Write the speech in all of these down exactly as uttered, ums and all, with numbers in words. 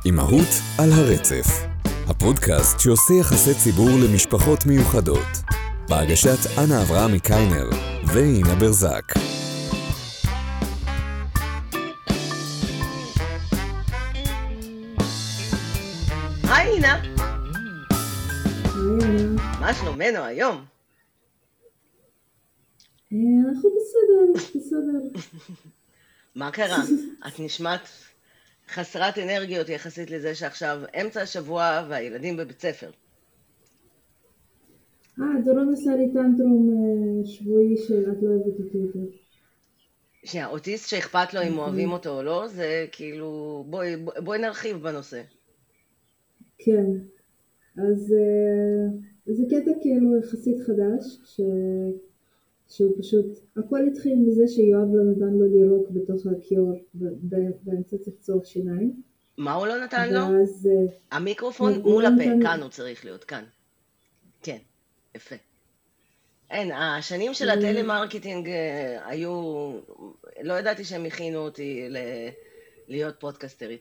אימהות על הרצף, הפודקאסט שעושה יחסי ציבור למשפחות מיוחדות, בהגשת אנה אברהם מקיינר ואינה ברזק. היי אינה, היי, מה שלומנו היום? אנחנו בסדר, בסדר. מה קרה? את נשמעת חסרת אנרגיות יחסית לזה שעכשיו אמצע השבוע והילדים בבית ספר. אה, דורון עשה לי טנטרום אה, שבועי של את לא אוהבת אותי יותר. שהאוטיסט שאכפת לו אם אוהבים אותו או לא, זה כאילו, בואי, בואי נרחיב בנושא. כן, אז אה, זה קטע כאילו יחסית חדש, ש... שהוא פשוט, הכל התחיל מזה שיואב לא נתן לו לירוק בתוך הכיור באמצע צחצוח שיניים. מה הוא לא נתן לו? ואז... אה, המיקרופון הוא מול לא הפה, נתן- כאן הוא צריך להיות, כאן. כן, יפה. אין, השנים של הטלמרקטינג אה, היו, לא ידעתי שהם הכינו אותי ל- להיות פודקאסטרית.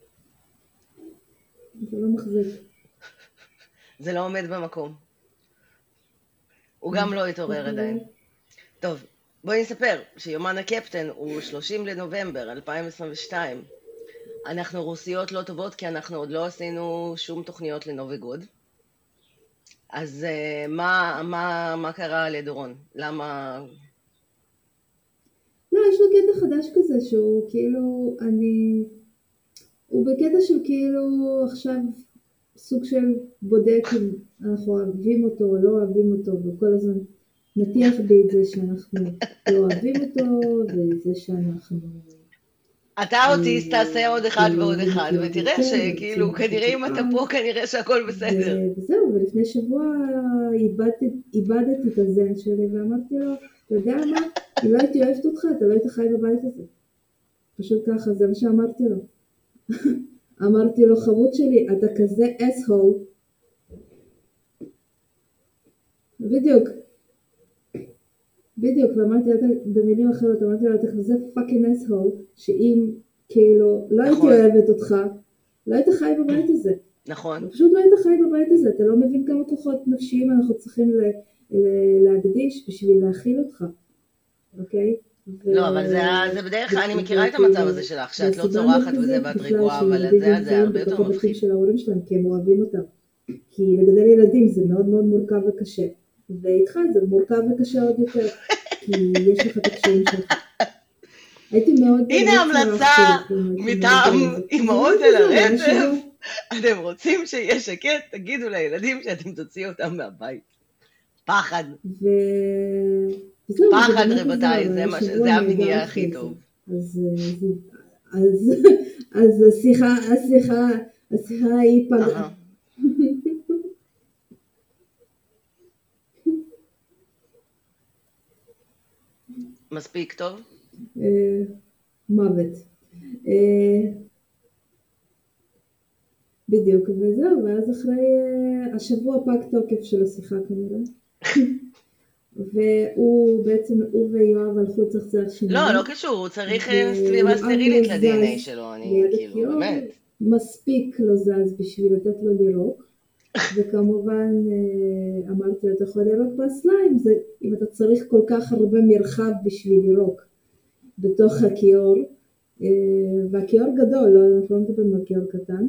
זה לא מחזיק. זה לא עומד במקום. הוא גם לא התעורר עדיין. טוב, בואי נספר שיומן הקפטן הוא שלושים לנובמבר אלפיים עשרים ושתיים. אנחנו רוסיות לא טובות כי אנחנו עוד לא עשינו שום תוכניות לנובי גוד. אז uh, מה, מה, מה קרה לדורון? למה... לא, יש לו קטע חדש כזה שהוא כאילו, אני... הוא בקטע של כאילו עכשיו סוג של בודק אם אנחנו אוהבים אותו או לא אוהבים אותו, וכל הזמן מטיח בי את זה שאנחנו לא אוהבים אותו, וזה שאנחנו... אתה אוטיסט, תעשה עוד אחד ועוד אחד, ותראה שכאילו, כנראה אם אתה פה, כנראה שהכל בסדר. ו- וזהו, ולפני שבוע איבדתי, איבדתי את הזן שלי ואמרתי לו, אתה יודע מה, אם לא הייתי אוהבת אותך, אתה לא היית חי בבית הזה. פשוט ככה, זה מה שאמרתי לו. אמרתי לו, חמוד שלי, אתה כזה אס-הול. בדיוק. בדיוק, ואמרתי לו, במילים אחרות, אמרתי לו, אתה כזה פאקינג אס-הול, שאם כאילו לא הייתי נכון. אוהבת אותך, לא היית חי בבית הזה. נכון. פשוט לא היית חי בבית הזה, אתה לא מבין כמה כוחות נפשיים אנחנו צריכים ל- ל- להקדיש בשביל להכיל אותך, אוקיי? ו- לא, אבל זה, זה בדרך כלל, אני ו- מכירה את וכאילו, המצב הזה שלך, שאת לא והסיבה צורחת וזה המרכזית ואת בכלל רגועה, אבל שילדים זה, זה נמצאים הרבה יותר בתוך הבתים מפחיד. של ההורים שלהם, כי הם אוהבים אותם. כי לגדל ילדים זה מאוד מאוד מורכב וקשה, ואיתך זה מורכב וקשה עוד יותר, כי יש לך את הקשיים שלך. הייתי מאוד... הנה מאוד המלצה צרחתי, כאילו, הייתי מטעם מאוד- אימהות זה על לא כזה, הרצף. אנשים אתם רוצים שיהיה שקט? תגידו לילדים שאתם תוציאו אותם מהבית. פחד. ו... וזהו, פחד, זה באמת רבותיי, עזר, זה מה ש- השבוע זה אני המניע עזרתי הכי את זה. טוב. אז, אז, אז, אז השיחה, השיחה, השיחה היא פגעה. אהה. מספיק טוב? אה, מוות. אה, בדיוק, וזהו, ואז אחרי, אה, השבוע פג תוקף של השיחה כנראה. והוא בעצם, הוא ויואב הלכו צחצח שיניים. לא, לא קשור, הוא צריך ו- אה, סביבה יואב סטרילית לא ל-די אן איי זז שלו, אני ליד כאילו, הכיור, באמת. מספיק לא זז בשביל לתת לו לירוק, וכמובן אה, אמרתי לו, אתה יכול לירוק באסליים, זה אם אתה צריך כל כך הרבה מרחב בשביל לירוק בתוך הכיור, אה, והכיור גדול, לא, אנחנו לא מדברים על כיור קטן.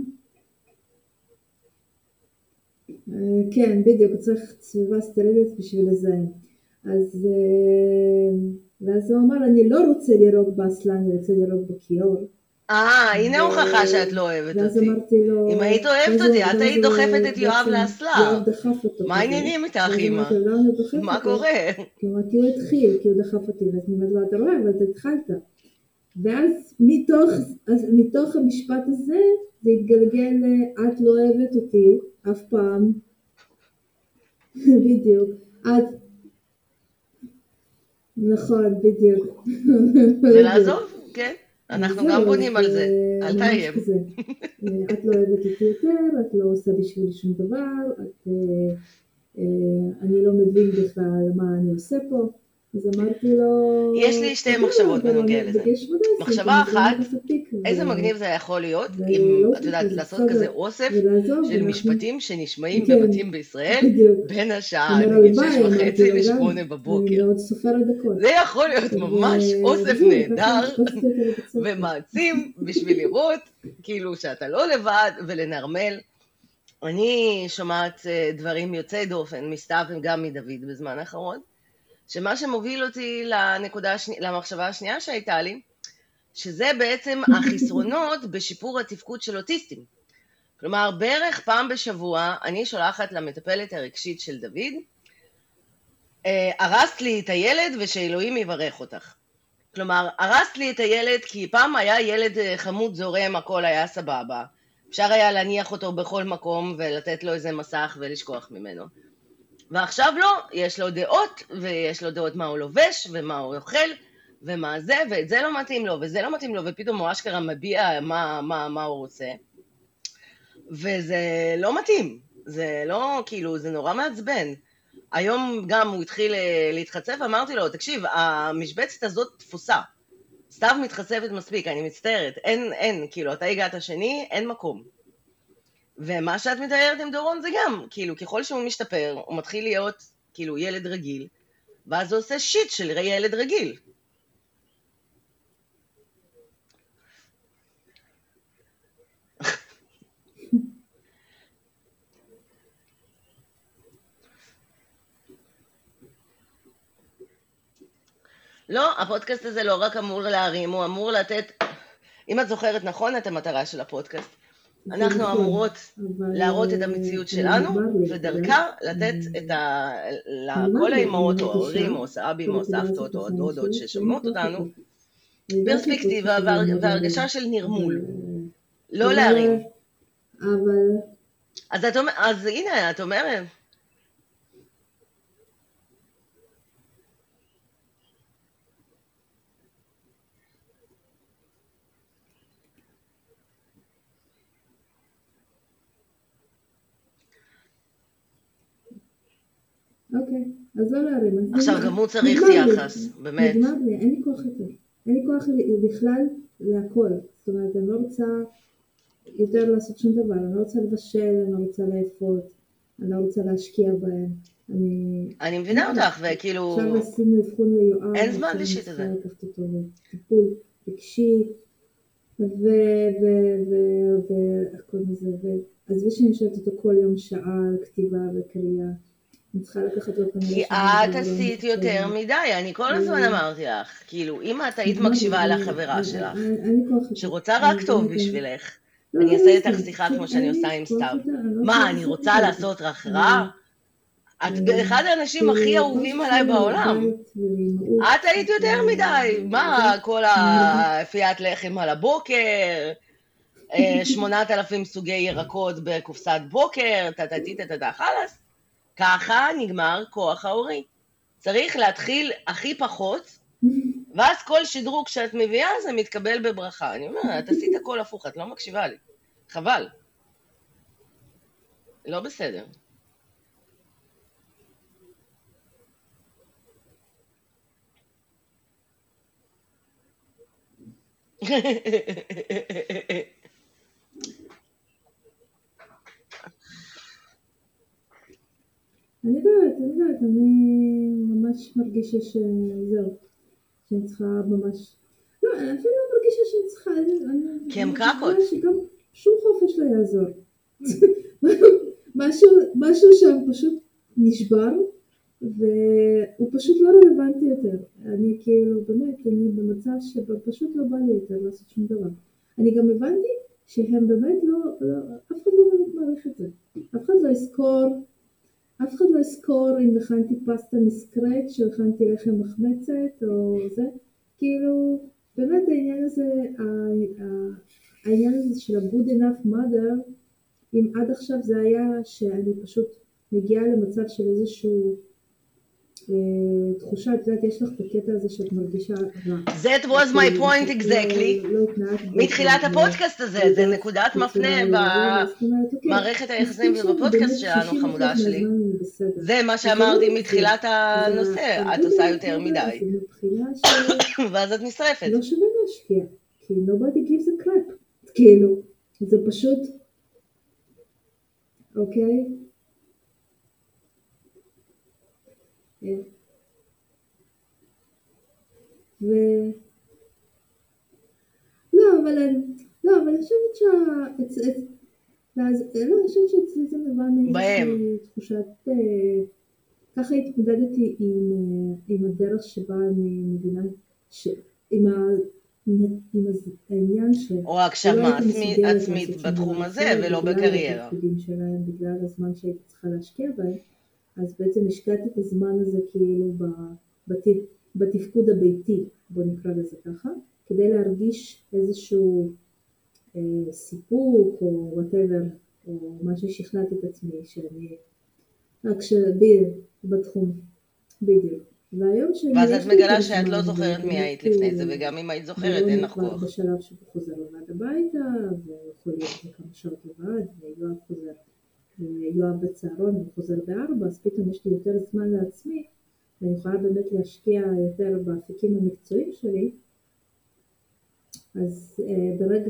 אה, כן, בדיוק, צריך סביבה סטרילית בשביל לזהם. אז, אה, ואז הוא אמר, אני לא רוצה לירוק באסליים, אני רוצה לירוק בכיור. אה, הנה ו- הוכחה שאת לא אוהבת ואז אותי. אמרתי לו... אם היית אוהבת ואז אותי, הוא- את ואז היית הוא דוחפת את יואב בעצם- לאסלה. יואב דחף אותו. מה כזה. העניינים איתך, ואז אמא? אמרתי לו, למה הוא דוחף מה אותו? קורה? כי אמרתי, הוא התחיל, כי הוא דחף אותי, ואז אני אומרת לו, אתה רואה, אבל אתה התחלת. ואז מתוך, אז מתוך המשפט הזה, זה התגלגל, ל- את לא אוהבת אותי, אף פעם. בדיוק. את... נכון, בדיוק. ולעזוב, כן. אנחנו זהו, גם אז, בונים על זה. אה, אל ממש תאיים. כזה. אה, את לא אוהבת אותי יותר, את לא עושה בשבילי שום דבר, את, אה, אה, אני לא מבין בכלל מה אני עושה פה. אז אמרתי לו... יש לי שתי "אתה יודע, מחשבות אבל בנוגע אני לזה. בגיל שמונה עשרה, מחשבה אתה מבין אחת, את התקווה." איזה מגניב זה יכול להיות, אם את יודעת, לעשות כזה אוסף של משפטים שנשמעים בבתים בישראל, בין השעה, נגיד, שש וחצי לשמונה בבוקר. זה יכול להיות ממש אוסף נהדר ומעצים בשביל לראות, כאילו שאתה לא לבד ולנרמל. אני שומעת דברים יוצאי דופן, מסתיו וגם מדוד בזמן האחרון, שמה שמוביל אותי לנקודה, למחשבה השנייה שהייתה לי, שזה בעצם החסרונות בשיפור התפקוד של אוטיסטים. כלומר, בערך פעם בשבוע אני שולחת למטפלת הרגשית של דוד, הרסת לי את הילד ושאלוהים יברך אותך. כלומר, הרסת לי את הילד כי פעם היה ילד חמוד זורם, הכל היה סבבה. אפשר היה להניח אותו בכל מקום ולתת לו איזה מסך ולשכוח ממנו. ועכשיו לא, יש לו דעות, ויש לו דעות מה הוא לובש ומה הוא אוכל, ומה זה, ואת זה לא מתאים לו, וזה לא מתאים לו, ופתאום הוא אשכרה מביע מה, מה, מה הוא רוצה. וזה לא מתאים, זה לא, כאילו, זה נורא מעצבן. היום גם הוא התחיל להתחצף, אמרתי לו, תקשיב, המשבצת הזאת תפוסה. סתיו מתחצפת מספיק, אני מצטערת, אין, אין, כאילו, אתה הגעת שני, אין מקום. ומה שאת מתארת עם דורון זה גם, כאילו, ככל שהוא משתפר, הוא מתחיל להיות, כאילו, ילד רגיל, ואז הוא עושה שיט של ילד רגיל. לא, הפודקאסט הזה לא רק אמור להרים, הוא אמור לתת, אם את זוכרת נכון את המטרה של הפודקאסט, אנחנו אמורות להראות את המציאות שלנו, ודרכה לתת את ה... לכל האימהות או ההורים או סאבים או סבתות או הדודות ששומעות אותנו, פרספקטיבה והרגשה של נרמול, לא להרים. אז את אומרת, אז הנה, את אומרת, אוקיי, אז לא להרים. עכשיו גם הוא צריך יחס, באמת. נגמר לי, אין לי כוח יותר. אין לי כוח בכלל להכל. זאת אומרת, אני לא רוצה יותר לעשות שום דבר. אני לא רוצה לבשל, אני לא רוצה לאפות, אני לא רוצה להשקיע בהם. אני מבינה אותך, וכאילו... עכשיו עשינו אבחון ליואב. אין זמן לשיט הזה. אני רוצה לקחת אותו לטיפול רגשי, והכל מזה. אז ושאני נשאלת אותו כל יום שעה על כתיבה וקריאה. כי את עשית יותר מדי, אני כל הזמן אמרתי לך, כאילו, אם את היית מקשיבה לחברה שלך, שרוצה רק טוב בשבילך, אני אעשה איתך שיחה כמו שאני עושה עם סתיו. מה, אני רוצה לעשות לך רע? את אחד האנשים הכי אהובים עליי בעולם. את היית יותר מדי, מה, כל האפיית לחם על הבוקר, שמונת אלפים סוגי ירקות בקופסת בוקר, תתתית את הדחלס. ככה נגמר כוח ההורי. צריך להתחיל הכי פחות, ואז כל שדרוג שאת מביאה זה מתקבל בברכה. אני אומרת, את עשית הכל הפוך, את לא מקשיבה לי. חבל. לא בסדר. אני יודעת, אני יודעת, אני ממש מרגישה שזהו, שאני צריכה ממש, לא, אני אפילו לא מרגישה שאני צריכה, כי הם קרקות. שגם שום חופש לא יעזור. משהו, משהו שם פשוט נשבר, והוא פשוט לא רלוונטי יותר. אני כאילו, באמת, אני במצב שפשוט לא בא לי יותר לעשות שום דבר. אני גם הבנתי שהם באמת לא, לא אף אחד לא באמת מעריך את זה. אף אחד לא יזכור, אף אחד לא יזכור אם הכנתי פסטה מסקרץ' או הכנתי לחם מחמצת או זה. כאילו, באמת העניין הזה, העניין הזה של ה-good enough mother, אם עד עכשיו זה היה שאני פשוט מגיעה למצב של איזשהו אה, תחושה, את יודעת, יש לך את הקטע הזה שאת מרגישה רע. That was my point exactly. מתחילת הפודקאסט הזה, זה נקודת מפנה במערכת היחסים ובפודקאסט שלנו, חמודה שלי. זה מה שאמרתי מתחילת הנושא, את עושה יותר מדי. ואז את נשרפת. לא שווה להשקיע. כי nobody gives a crap, כאילו, זה פשוט, אוקיי? ו... לא, אבל אני, לא, אבל אני חושבת שה... לא, אני חושבת שאצלי זה נבע מאיזושהי תחושת, ככה התמודדתי עם, עם הדרך שבה אני מבינה, ש... עם, ה... עם העניין ש... או הגשמה עצמית בתחום הזה ולא בקריירה. בגלל שלהם, בגלל הזמן שהייתי צריכה להשקיע בהם, אז בעצם השקעתי את הזמן הזה כאילו בתפ... בתפקוד הביתי, בוא נקרא לזה ככה, כדי להרגיש איזשהו אה, סיפוק או whatever, או מה ששכנעתי את עצמי, שאני רק שביר בתחום, בדיוק. והיום שאני... ואז את מגלה שאת לא זוכרת מי היית לפני זה, וגם אם היית זוכרת אין לך כוח. בשלב שהוא חוזר לבד הביתה, ויכול להיות לכמה שעות לבד, ויואב חוזר, ויואב בצהרון, הוא חוזר בארבע, אז פתאום יש לי יותר זמן לעצמי, ואני יכולה באמת להשקיע יותר באפיקים המקצועיים שלי, אז אה, ברגע...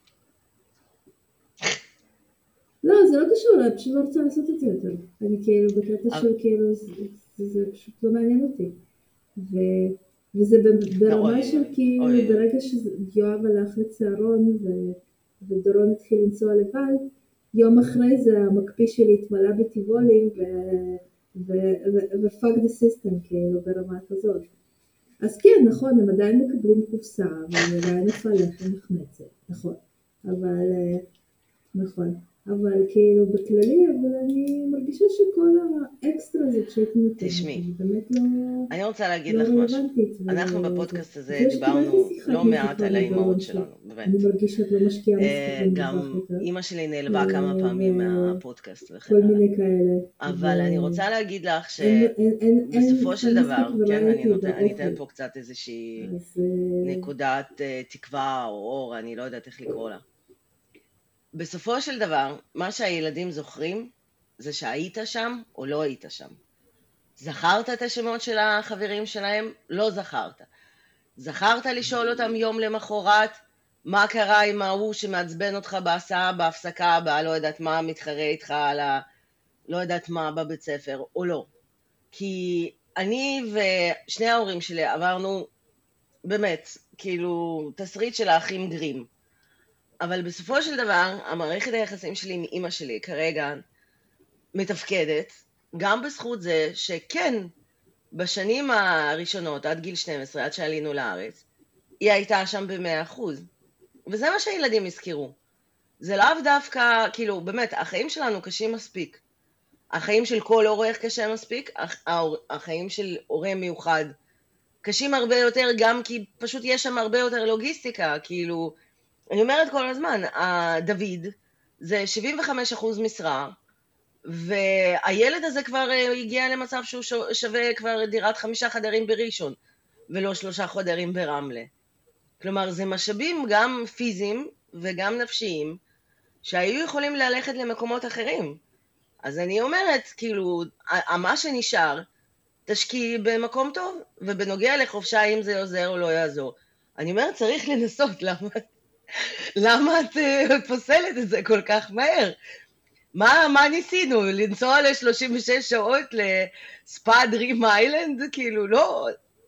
לא, זה לא קשור, אני פשוט לא רוצה לעשות את זה יותר. אני כאילו בקטע של כאילו, זה, זה פשוט לא מעניין אותי. ו, וזה ברמה של כאילו, ברגע שיואב הלך לצהרון, ו, ודורון התחיל לנסוע לבד, יום אחרי זה המקפיא שלי התמלא בטיבולים, ו... ו-fuck the system, כאילו, ברמה כזאת. אז כן, נכון, הם עדיין מקבלים קופסה, והם עדיין מפלחים מחמצת, נכון. אבל, נכון. אבל כאילו, בכללי, אבל אני מרגישה שכל האקסטרה הזאת שהייתי נותנת, תשמעי, באמת לא... אני רוצה להגיד לך משהו. אנחנו בפודקאסט הזה דיברנו לא מעט על האימהות שלנו, באמת. אני מרגישה שאת לא משקיעה מספיק. גם אימא שלי נעלבה כמה פעמים מהפודקאסט. כל מיני כאלה. אבל אני רוצה להגיד לך שבסופו של דבר, כן, אני אתן פה קצת איזושהי נקודת תקווה או אור, אני לא יודעת איך לקרוא לה. בסופו של דבר, מה שהילדים זוכרים זה שהיית שם או לא היית שם. זכרת את השמות של החברים שלהם? לא זכרת. זכרת לשאול אותם יום למחרת, מה קרה עם ההוא שמעצבן אותך בהסעה, בהפסקה, בלא יודעת מה, מתחרה איתך על ה... לא יודעת מה בבית ספר, או לא. כי אני ושני ההורים שלי עברנו, באמת, כאילו, תסריט של האחים גרים. אבל בסופו של דבר, המערכת היחסים שלי עם אמא שלי כרגע מתפקדת, גם בזכות זה שכן, בשנים הראשונות, עד גיל שתים עשרה, עד שעלינו לארץ, היא הייתה שם ב-מאה אחוז. וזה מה שהילדים הזכירו. זה לאו דווקא, כאילו, באמת, החיים שלנו קשים מספיק. החיים של כל הורה קשה מספיק, החיים של הורה מיוחד קשים הרבה יותר, גם כי פשוט יש שם הרבה יותר לוגיסטיקה, כאילו, אני אומרת כל הזמן, דוד זה שבעים וחמישה אחוז משרה, והילד הזה כבר הגיע למצב שהוא שווה כבר דירת חמישה חדרים בראשון, ולא שלושה חדרים ברמלה. כלומר, זה משאבים גם פיזיים וגם נפשיים, שהיו יכולים ללכת למקומות אחרים. אז אני אומרת, כאילו, מה שנשאר, תשקיעי במקום טוב, ובנוגע לחופשה, אם זה עוזר או לא יעזור. אני אומרת, צריך לנסות, למה, למה את פוסלת את זה כל כך מהר? מה, מה ניסינו? לנסוע ל-שלושים ושש שעות לספא דרים איילנד? כאילו, לא...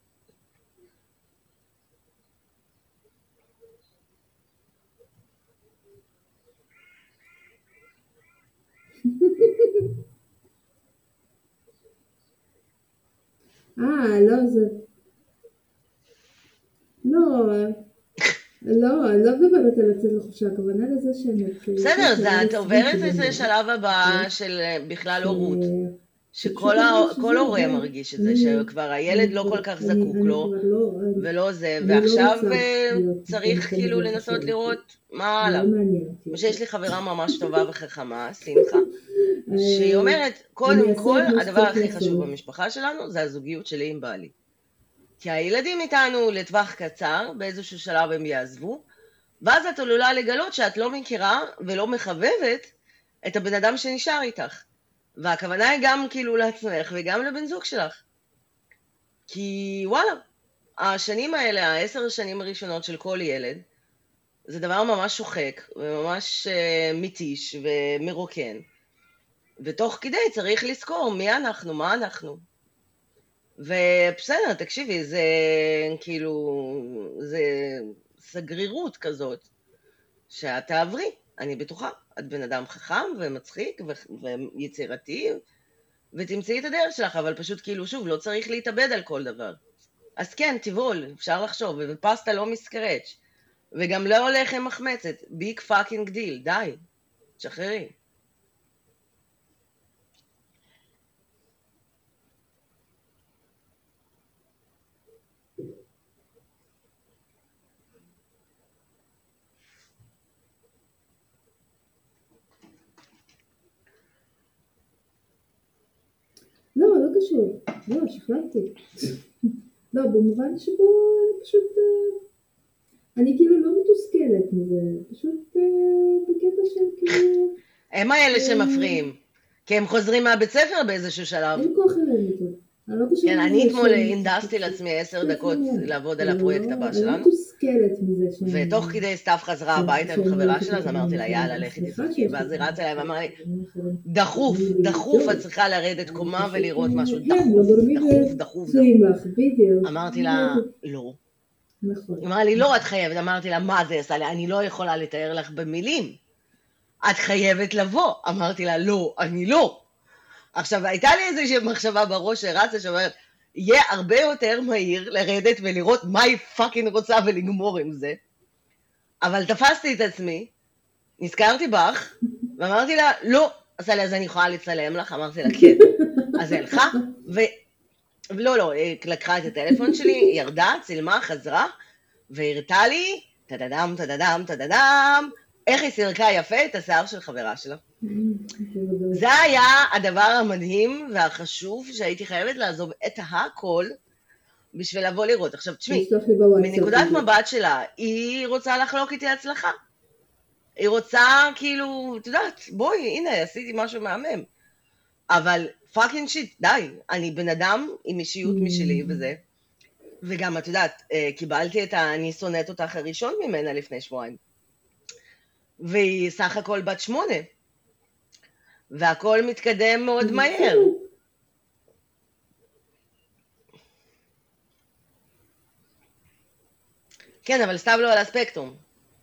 אה, לא, זה... לא, לא, אני לא מדברת על לצאת לחופשה, הכוונה לזה שהם... בסדר, את עוברת איזה שלב הבא של בכלל הורות, שכל הורה מרגיש את זה, שכבר הילד לא כל כך זקוק לו, ולא זה, ועכשיו צריך כאילו לנסות לראות מה עליו. שיש לי חברה ממש טובה וחכמה, שמחה, שהיא אומרת, קודם כל, הדבר הכי חשוב במשפחה שלנו זה הזוגיות שלי עם בעלי. כי הילדים איתנו לטווח קצר, באיזשהו שלב הם יעזבו, ואז את עלולה לגלות שאת לא מכירה ולא מחבבת את הבן אדם שנשאר איתך. והכוונה היא גם כאילו לעצמך וגם לבן זוג שלך. כי וואלה, השנים האלה, העשר השנים הראשונות של כל ילד, זה דבר ממש שוחק, וממש uh, מתיש ומרוקן. ותוך כדי צריך לזכור מי אנחנו, מה אנחנו. ובסדר, תקשיבי, זה כאילו, זה סגרירות כזאת, שאת תעברי, אני בטוחה. את בן אדם חכם ומצחיק ו- ויצירתי, ותמצאי את הדרך שלך, אבל פשוט כאילו, שוב, לא צריך להתאבד על כל דבר. אז כן, תבול, אפשר לחשוב, ופסטה לא מסקרץ', וגם לא הולך עם מחמצת, ביג פאקינג דיל, די, תשחררי. לא, לא קשור. לא, שכללתי. לא, במובן שבו אני פשוט... אני כאילו לא מתוסכלת מזה. פשוט בקטע של כאילו... הם האלה שמפריעים, כי הם חוזרים מהבית ספר באיזשהו שלב. אין כוח אליהם איתו. כן, אני אתמול הנדסתי לעצמי עשר דקות לעבוד על הפרויקט הבא שלנו. אני לא מתוסכלת מזה. ותוך כדי סתיו חזרה הביתה עם חברה שלה, אז אמרתי לה, יאללה, לכי תפרקי, ואז היא רצה אליי ואמרה לי, דחוף, דחוף, את צריכה לרדת קומה ולראות משהו, דחוף, דחוף, דחוף. אמרתי לה, לא. היא אמרה לי, לא, את חייבת. אמרתי לה, מה זה עשה לי? אני לא יכולה לתאר לך במילים. את חייבת לבוא. אמרתי לה, לא, אני לא. עכשיו, הייתה לי איזושהי מחשבה בראש שרצה שאומרת, יהיה הרבה יותר מהיר לרדת ולראות מה היא פאקינג רוצה ולגמור עם זה. אבל תפסתי את עצמי, נזכרתי בך, ואמרתי לה, לא. עשה לי, אז אני יכולה לצלם לך? אמרתי לה, כן. אז היא הלכה, ו... לא, לא, היא לקחה את הטלפון שלי, ירדה, צילמה, חזרה, והראתה לי, תדדם, תדדם, תדדם, איך היא סירקה יפה את השיער של חברה שלה. זה היה הדבר המדהים והחשוב שהייתי חייבת לעזוב את הכל בשביל לבוא לראות. עכשיו, תשמעי, מנקודת מבט שלה, היא רוצה לחלוק איתי הצלחה. היא רוצה, כאילו, את יודעת, בואי, הנה, עשיתי משהו מהמם. אבל פאקינג שיט, די, אני בן אדם עם אישיות משלי וזה. וגם, את יודעת, קיבלתי את אני שונאת אותך הראשון ממנה לפני שבועיים. והיא סך הכל בת שמונה. והכל מתקדם מאוד מהר. כן, אבל סתיו לא על הספקטרום.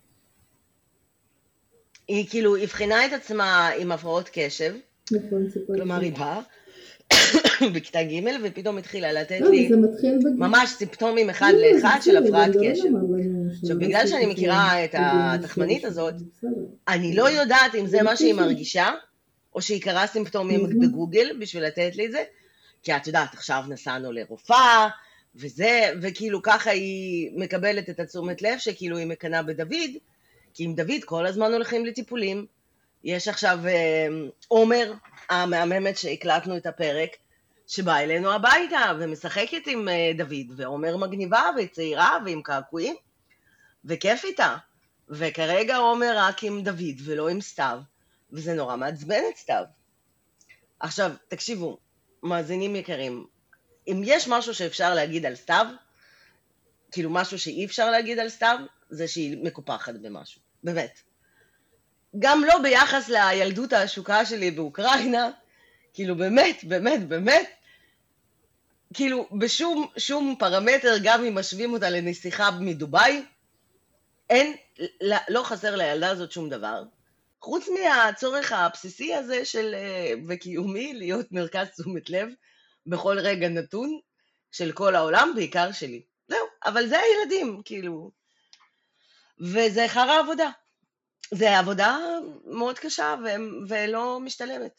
היא כאילו הבחינה את עצמה עם הפרעות קשב. נכון, סיפור. כלומר, היא באה בכיתה ג' ופתאום התחילה לתת לא, לי זה מתחיל בגיל. ממש סימפטומים אחד לא, זה לאחד של בסדר, הפרעת זה לא קשב. למה, אבל- עכשיו, בגלל שאני מכירה את התחמנית הזאת, אני לא יודעת אם זה מה שהיא מרגישה, או שהיא קראה סימפטומים בגוגל בשביל לתת לי את זה, כי את יודעת, עכשיו נסענו לרופאה, וזה, וכאילו ככה היא מקבלת את התשומת לב, שכאילו היא מקנה בדוד, כי עם דוד כל הזמן הולכים לטיפולים. יש עכשיו עומר, המהממת שהקלטנו את הפרק, שבא אלינו הביתה ומשחקת עם דוד, ועומר מגניבה וצעירה ועם קעקועים, וכיף איתה. וכרגע עומר רק עם דוד ולא עם סתיו, וזה נורא מעצבן את סתיו. עכשיו, תקשיבו, מאזינים יקרים, אם יש משהו שאפשר להגיד על סתיו, כאילו משהו שאי אפשר להגיד על סתיו, זה שהיא מקופחת במשהו, באמת. גם לא ביחס לילדות השוקה שלי באוקראינה, כאילו באמת, באמת, באמת, כאילו בשום שום פרמטר, גם אם משווים אותה לנסיכה מדוביי, אין, לא חסר לילדה הזאת שום דבר, חוץ מהצורך הבסיסי הזה של, וקיומי, להיות מרכז תשומת לב בכל רגע נתון של כל העולם, בעיקר שלי. זהו, אבל זה הילדים, כאילו, וזה אחר העבודה. זה עבודה מאוד קשה ו- ולא משתלמת.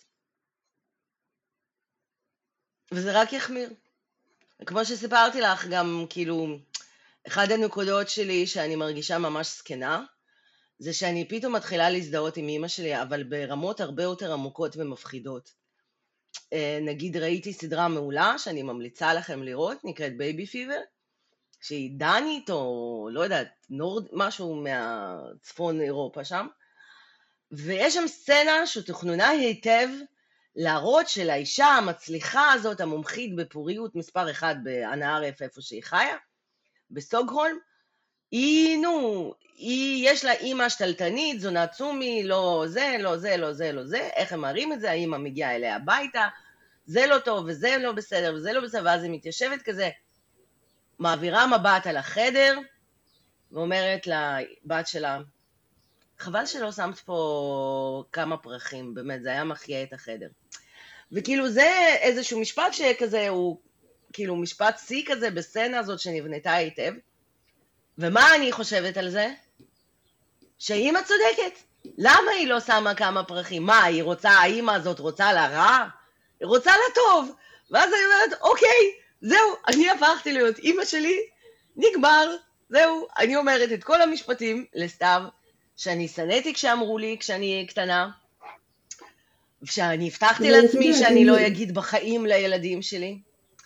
וזה רק יחמיר. כמו שסיפרתי לך, גם כאילו, אחד הנקודות שלי שאני מרגישה ממש סקנה, זה שאני פתאום מתחילה להזדהות עם אמא שלי, אבל ברמות הרבה יותר עמוקות ומפחידות. נגיד ראיתי סדרה מעולה שאני ממליצה לכם לראות, נקראת בייבי פיבר, שהיא דנית או לא יודעת, נורד, משהו מהצפון אירופה שם, ויש שם סצנה שתוכננה היטב להראות של האישה המצליחה הזאת, המומחית בפוריות מספר אחד באנה ערף, איפה שהיא חיה, בסטוקהולם, היא, נו, היא, יש לה אימא שתלטנית, זונה צומי, לא זה, לא זה, לא זה, לא זה, איך הם מראים את זה, האימא מגיעה אליה הביתה, זה לא טוב, וזה לא בסדר, וזה לא בסדר, ואז היא מתיישבת כזה, מעבירה מבט על החדר, ואומרת לבת שלה, חבל שלא שמת פה כמה פרחים, באמת, זה היה מחיה את החדר. וכאילו זה איזשהו משפט שכזה, הוא כאילו משפט סי כזה בסצנה הזאת שנבנתה היטב, ומה אני חושבת על זה? שאמא צודקת. למה היא לא שמה כמה פרחים? מה, היא רוצה, האמא הזאת רוצה לה רע? היא רוצה לה טוב. ואז אני אומרת, אוקיי, זהו, אני הפכתי להיות אמא שלי, נגמר, זהו. אני אומרת את כל המשפטים לסתיו, שאני שנאתי כשאמרו לי, כשאני קטנה, שאני הבטחתי לעצמי שאני לא אגיד בחיים לילדים שלי.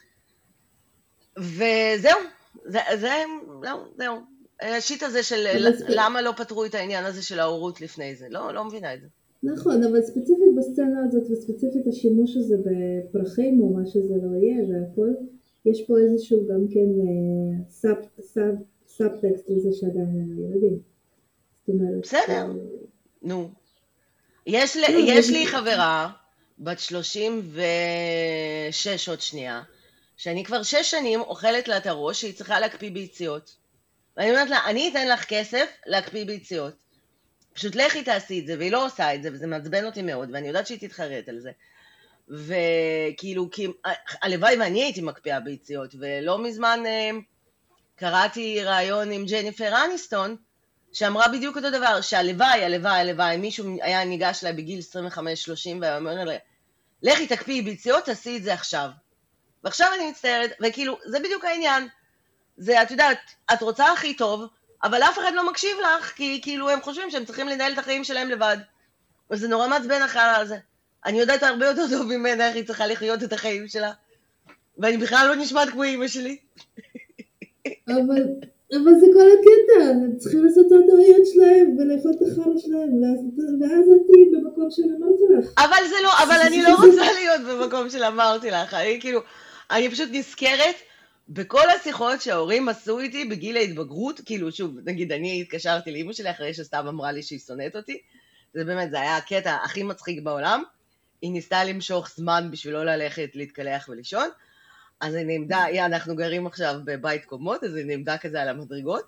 וזהו, זה, זה, זהו, זהו. השיט הזה של למה לא פתרו את העניין הזה של ההורות לפני זה, לא, לא מבינה את זה. נכון, אבל ספציפית בסצנה הזאת וספציפית השימוש הזה בפרחים או מה שזה לא יהיה והכל, יש פה איזשהו גם כן סאב, סאב, סאב-טקסט לזה שעדיין ילדים. זאת אומרת... בסדר, נו. יש לי, יש לי חברה בת שלושים ושש עוד שנייה, שאני כבר שש שנים אוכלת לה את הראש שהיא צריכה להקפיא ביציות. ואני אומרת לה, אני אתן לך כסף להקפיא ביציות. פשוט לכי תעשי את זה, והיא לא עושה את זה, וזה מעצבן אותי מאוד, ואני יודעת שהיא תתחרט על זה. וכאילו, כי, הלוואי ואני הייתי מקפיאה ביציות, ולא מזמן אה, קראתי רעיון עם ג'ניפר אניסטון, שאמרה בדיוק אותו דבר, שהלוואי, הלוואי, הלוואי, מישהו היה ניגש לה בגיל עשרים וחמש שלושים, ואומר לה, לכי תקפיאי ביציות, תעשי את זה עכשיו. ועכשיו אני מצטערת, וכאילו, זה בדיוק העניין. זה, את יודעת, את רוצה הכי טוב, אבל אף אחד לא מקשיב לך, כי כאילו הם חושבים שהם צריכים לנהל את החיים שלהם לבד. וזה נורא מעצבן אחר על זה. אני יודעת הרבה יותר טוב ממנה איך היא צריכה לחיות את החיים שלה. ואני בכלל לא נשמעת כמו אמא שלי. אבל, אבל זה כל הקטע, הם צריכים לעשות את הטעויות שלהם ולאכול את החלום שלהם, ואז את תהיי במקום שאמרתי לך. אבל זה לא, אבל אני לא רוצה להיות במקום שאמרתי לך. אני כאילו, אני פשוט נזכרת בכל השיחות שההורים עשו איתי בגיל ההתבגרות, כאילו שוב, נגיד אני התקשרתי לאמא שלי אחרי שסתיו אמרה לי שהיא שונאת אותי, זה באמת, זה היה הקטע הכי מצחיק בעולם, היא ניסתה למשוך זמן בשביל לא ללכת להתקלח ולישון, אז היא נעמדה, yeah, אנחנו גרים עכשיו בבית קומות, אז היא נעמדה כזה על המדרגות,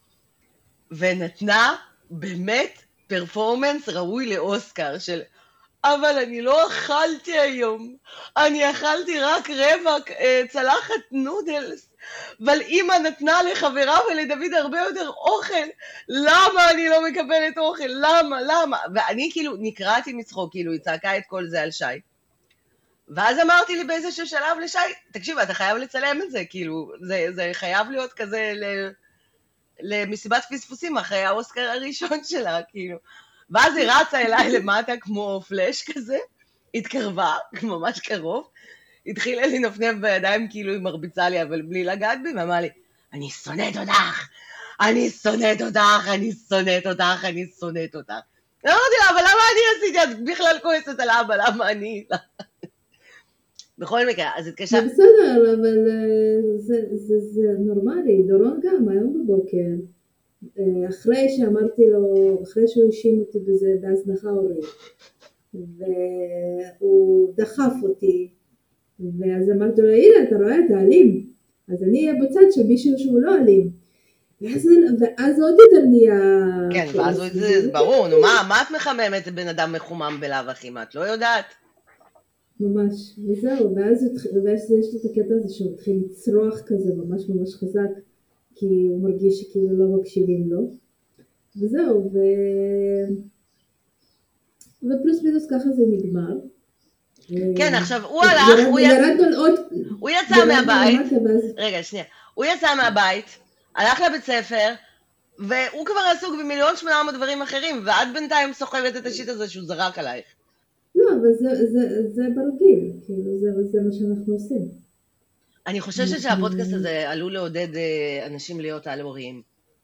ונתנה באמת פרפורמנס ראוי לאוסקר של, אבל אני לא אכלתי היום, אני אכלתי רק רבע צלחת נודלס, אבל אמא נתנה לחברה ולדוד הרבה יותר אוכל, למה אני לא מקבלת אוכל, למה, למה? ואני כאילו נקרעתי מצחוק, כאילו היא צעקה את כל זה על שי. ואז אמרתי לי באיזשהו שלב לשי, תקשיב, אתה חייב לצלם את זה, כאילו, זה, זה חייב להיות כזה ל, למסיבת פספוסים אחרי האוסקר הראשון שלה, כאילו. ואז היא רצה אליי למטה כמו פלש כזה, התקרבה, ממש קרוב, התחילה לנפנף בידיים כאילו היא מרביצה לי, אבל בלי לגעת בי, ואמרה לי, אני שונאת אותך, אני שונאת אותך, אני שונאת אותך, אני שונאת אותך. אמרתי לה, אבל למה אני עשיתי? את בכלל כועסת על אבא, למה אני? בכל מקרה, אז התקשר... זה בסדר, אבל זה, זה, זה נורמלי, דורון גם, היום בבוקר, אחרי שאמרתי לו, אחרי שהוא האשים אותי בזה בהזנחה הורית, והוא דחף אותי, ואז אמרתי לו, הנה, אתה רואה, אתה אלים, אז אני אהיה בצד של מישהו שהוא לא אלים, ואז, ואז עוד יותר נהיה... כן, ואז זה, זה ברור, נו, מה, מה את מחממת בן אדם מחומם בלב אחי, מה, את לא יודעת? ממש, וזהו, ואז, ואז יש לי את הקטע הזה שהוא התחיל לצרוח כזה ממש ממש חזק, כי הוא מרגיש שכאילו לא מקשיבים לו, וזהו, ו... ופלוס מינוס ככה זה נגמר. כן, עכשיו הוא הלך, הוא יצא, הוא יצא מהבית, רגע, שנייה, הוא יצא מהבית, הלך לבית ספר, והוא כבר עסוק במיליון שמונה מאות דברים אחרים, ועד בינתיים סוחבת את השיט הזה שהוא זרק עלייך. לא, אבל זה, זה, זה ברגיל, כאילו זה, זה מה שאנחנו עושים. אני חוששת שהפודקאסט הזה עלול לעודד אנשים להיות על הוריים.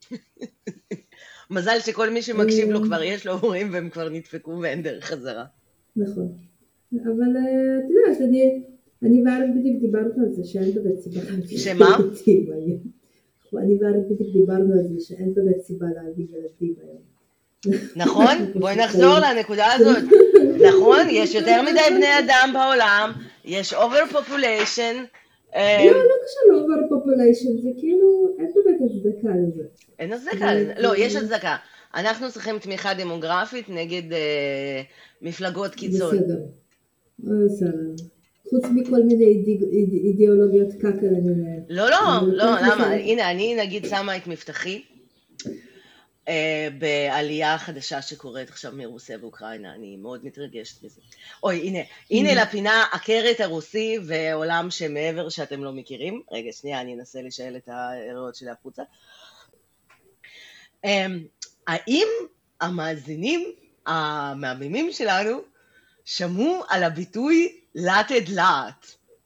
מזל שכל מי שמקשיב לו כבר יש לו הורים והם כבר נדפקו ואין דרך חזרה. נכון. אבל את יודעת, אני, אני ועל בדיוק דיברנו על זה שאין בבית סיבה. שמה? אני ואריק בדיוק דיברנו על זה, שאין באמת סיבה להביא ילדים היום. נכון? בואי נחזור לנקודה הזאת. נכון? יש יותר מדי בני אדם בעולם, יש overpopulation. לא, לא קשה ל-overpopulation, זה כאילו, אין באמת הצדקה לזה. אין הצדקה לזה. לא, יש הצדקה. אנחנו צריכים תמיכה דמוגרפית נגד מפלגות קיצון. בסדר. בסדר. חוץ מכל מיני אידיאולוגיות קקה למיניהן. לא, לא, לא, למה? הנה, אני נגיד שמה את מבטחי בעלייה חדשה שקורית עכשיו מרוסיה ואוקראינה, אני מאוד מתרגשת בזה. אוי, הנה, הנה לפינה עקרת הרוסי ועולם שמעבר שאתם לא מכירים. רגע, שנייה, אני אנסה לשאל את ההערות שלי החוצה. האם המאזינים המהממים שלנו שמעו על הביטוי לאטד לאט?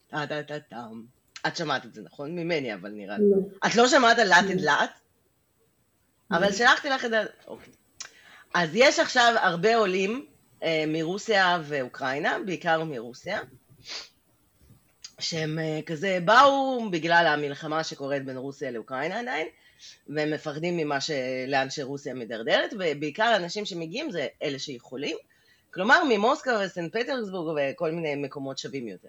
את שמעת את זה, נכון? ממני, אבל נראה לי. את לא שמעת על לאטד לאט? אבל שלחתי לך את זה. אוקיי. אז יש עכשיו הרבה עולים מרוסיה ואוקראינה, בעיקר מרוסיה, שהם כזה באו בגלל המלחמה שקורית בין רוסיה לאוקראינה עדיין, והם מפחדים ממה לאן שרוסיה מדרדרת, ובעיקר אנשים שמגיעים זה אלה שיכולים, כלומר ממוסקבה וסנט פטרסבורג וכל מיני מקומות שווים יותר.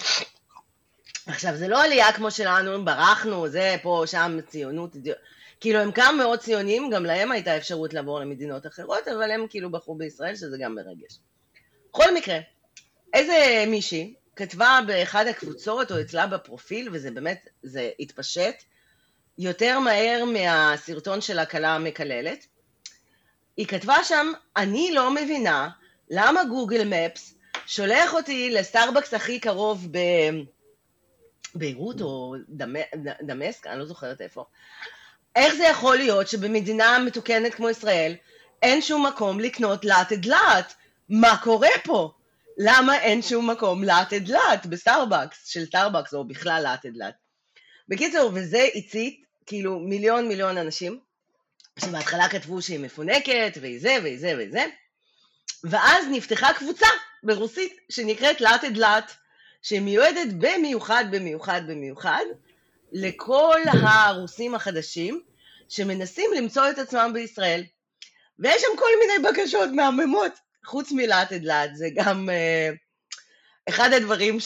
עכשיו זה לא עלייה כמו שלנו, ברחנו, זה פה, שם, ציונות, כאילו הם גם מאוד ציונים, גם להם הייתה אפשרות לעבור למדינות אחרות, אבל הם כאילו בחרו בישראל שזה גם מרגש. בכל מקרה, איזה מישהי כתבה באחד הקבוצות או אצלה בפרופיל, וזה באמת, זה התפשט, יותר מהר מהסרטון של הקלה המקללת, היא כתבה שם, אני לא מבינה למה גוגל מפס שולח אותי לסטארבקס הכי קרוב ב... ביירות או דמסק, אני לא זוכרת איפה. איך זה יכול להיות שבמדינה מתוקנת כמו ישראל אין שום מקום לקנות לאטד לאט? מה קורה פה? למה אין שום מקום לאטד לאט בסטארבקס, של סטארבקס או בכלל לאטד לאט? בקיצור, וזה הצית כאילו מיליון מיליון אנשים, שבהתחלה כתבו שהיא מפונקת, והיא זה, והיא זה, והיא זה, ואז נפתחה קבוצה ברוסית שנקראת לאטד לאט, שמיועדת במיוחד, במיוחד, במיוחד, לכל הרוסים החדשים, שמנסים למצוא את עצמם בישראל. ויש שם כל מיני בקשות מהממות, חוץ מלאטד לאט, זה גם... אחד הדברים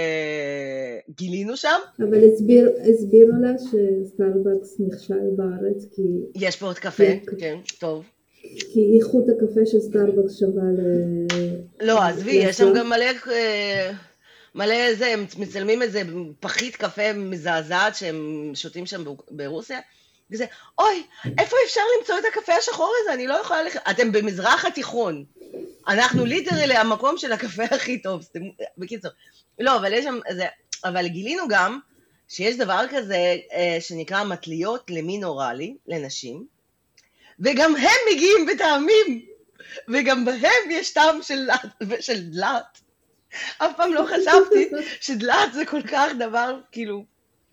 שגילינו שם. אבל הסביר, הסבירו לה שסטארבקס נכשל בארץ כי... יש פה עוד קפה, כן, טוב. כי איכות הקפה של סטארבקס שווה ל... לא, עזבי, יש שם גם מלא, מלא זה, הם מצלמים איזה פחית קפה מזעזעת שהם שותים שם ברוסיה. וזה, אוי, איפה אפשר למצוא את הקפה השחור הזה? אני לא יכולה לח... אתם במזרח התיכון. אנחנו ליטרלי המקום של הקפה הכי טוב, בקיצור. לא, אבל יש שם, זה, אבל גילינו גם שיש דבר כזה שנקרא מטליות למין אוראלי, לנשים, וגם הם מגיעים בטעמים, וגם בהם יש טעם של, של דלת. אף פעם לא חשבתי שדלת זה כל כך דבר, כאילו,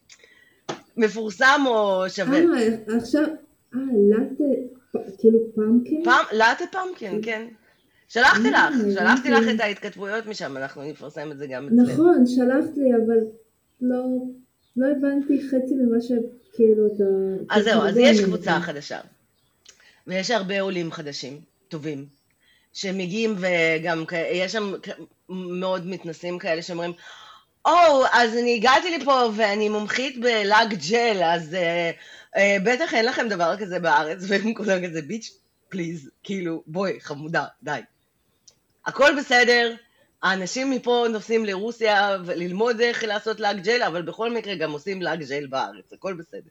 מפורסם או שווה. אה, עכשיו, אה, לאטה, כאילו פמקין? לאטה פמקין, כן. שלחתי לך, שלחתי לך את ההתכתבויות משם, אנחנו נפרסם את זה גם אצלנו. נכון, שלחת לי, אבל לא, לא הבנתי חצי ממה שכאילו אתה... אז זהו, אז יש קבוצה חדשה, ויש הרבה עולים חדשים, טובים, שמגיעים וגם, יש שם מאוד מתנסים כאלה שאומרים, או, אז אני הגעתי לפה ואני מומחית בלאג ג'ל, אז בטח אין לכם דבר כזה בארץ, והם כולם כזה ביץ' פליז, כאילו, בואי, חמודה, די. הכל בסדר, האנשים מפה נוסעים לרוסיה ללמוד איך לעשות לאג ג'ל, אבל בכל מקרה גם עושים לאג ג'ל בארץ, הכל בסדר.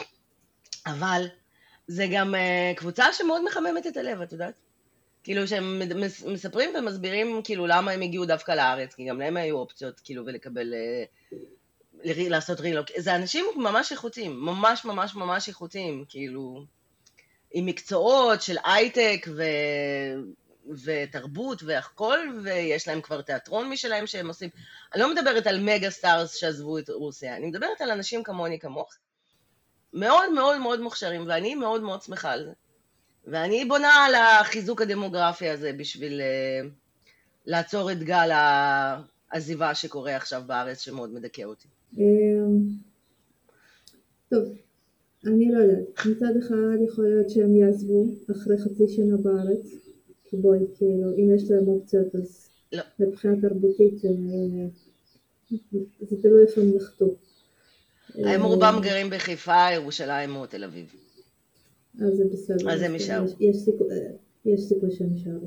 אבל זה גם uh, קבוצה שמאוד מחממת את הלב, את יודעת? כאילו שהם מספרים ומסבירים כאילו למה הם הגיעו דווקא לארץ, כי גם להם היו אופציות כאילו ולקבל, uh, לעשות רילוק. זה אנשים ממש איכותיים, ממש ממש ממש איכותיים, כאילו... עם מקצועות של הייטק ו... ותרבות והכל, ויש להם כבר תיאטרון משלהם שהם עושים. אני לא מדברת על מגה סטארס שעזבו את רוסיה, אני מדברת על אנשים כמוני כמוך, מאוד מאוד מאוד מוכשרים, ואני מאוד מאוד שמחה על זה. ואני בונה על החיזוק הדמוגרפי הזה בשביל uh, לעצור את גל העזיבה שקורה עכשיו בארץ, שמאוד מדכא אותי. טוב. אני לא יודעת, מצד אחד יכול להיות שהם יעזבו אחרי חצי שנה בארץ, כי בואי, כאילו, אם יש להם אופציות, אז לא. מבחינה תרבותית, זה תלוי איפה הם יחתו. הם רובם גרים בחיפה, ירושלים או תל אביב. אז זה בסדר. אז הם יישארו. יש סיכוי שהם יישארו.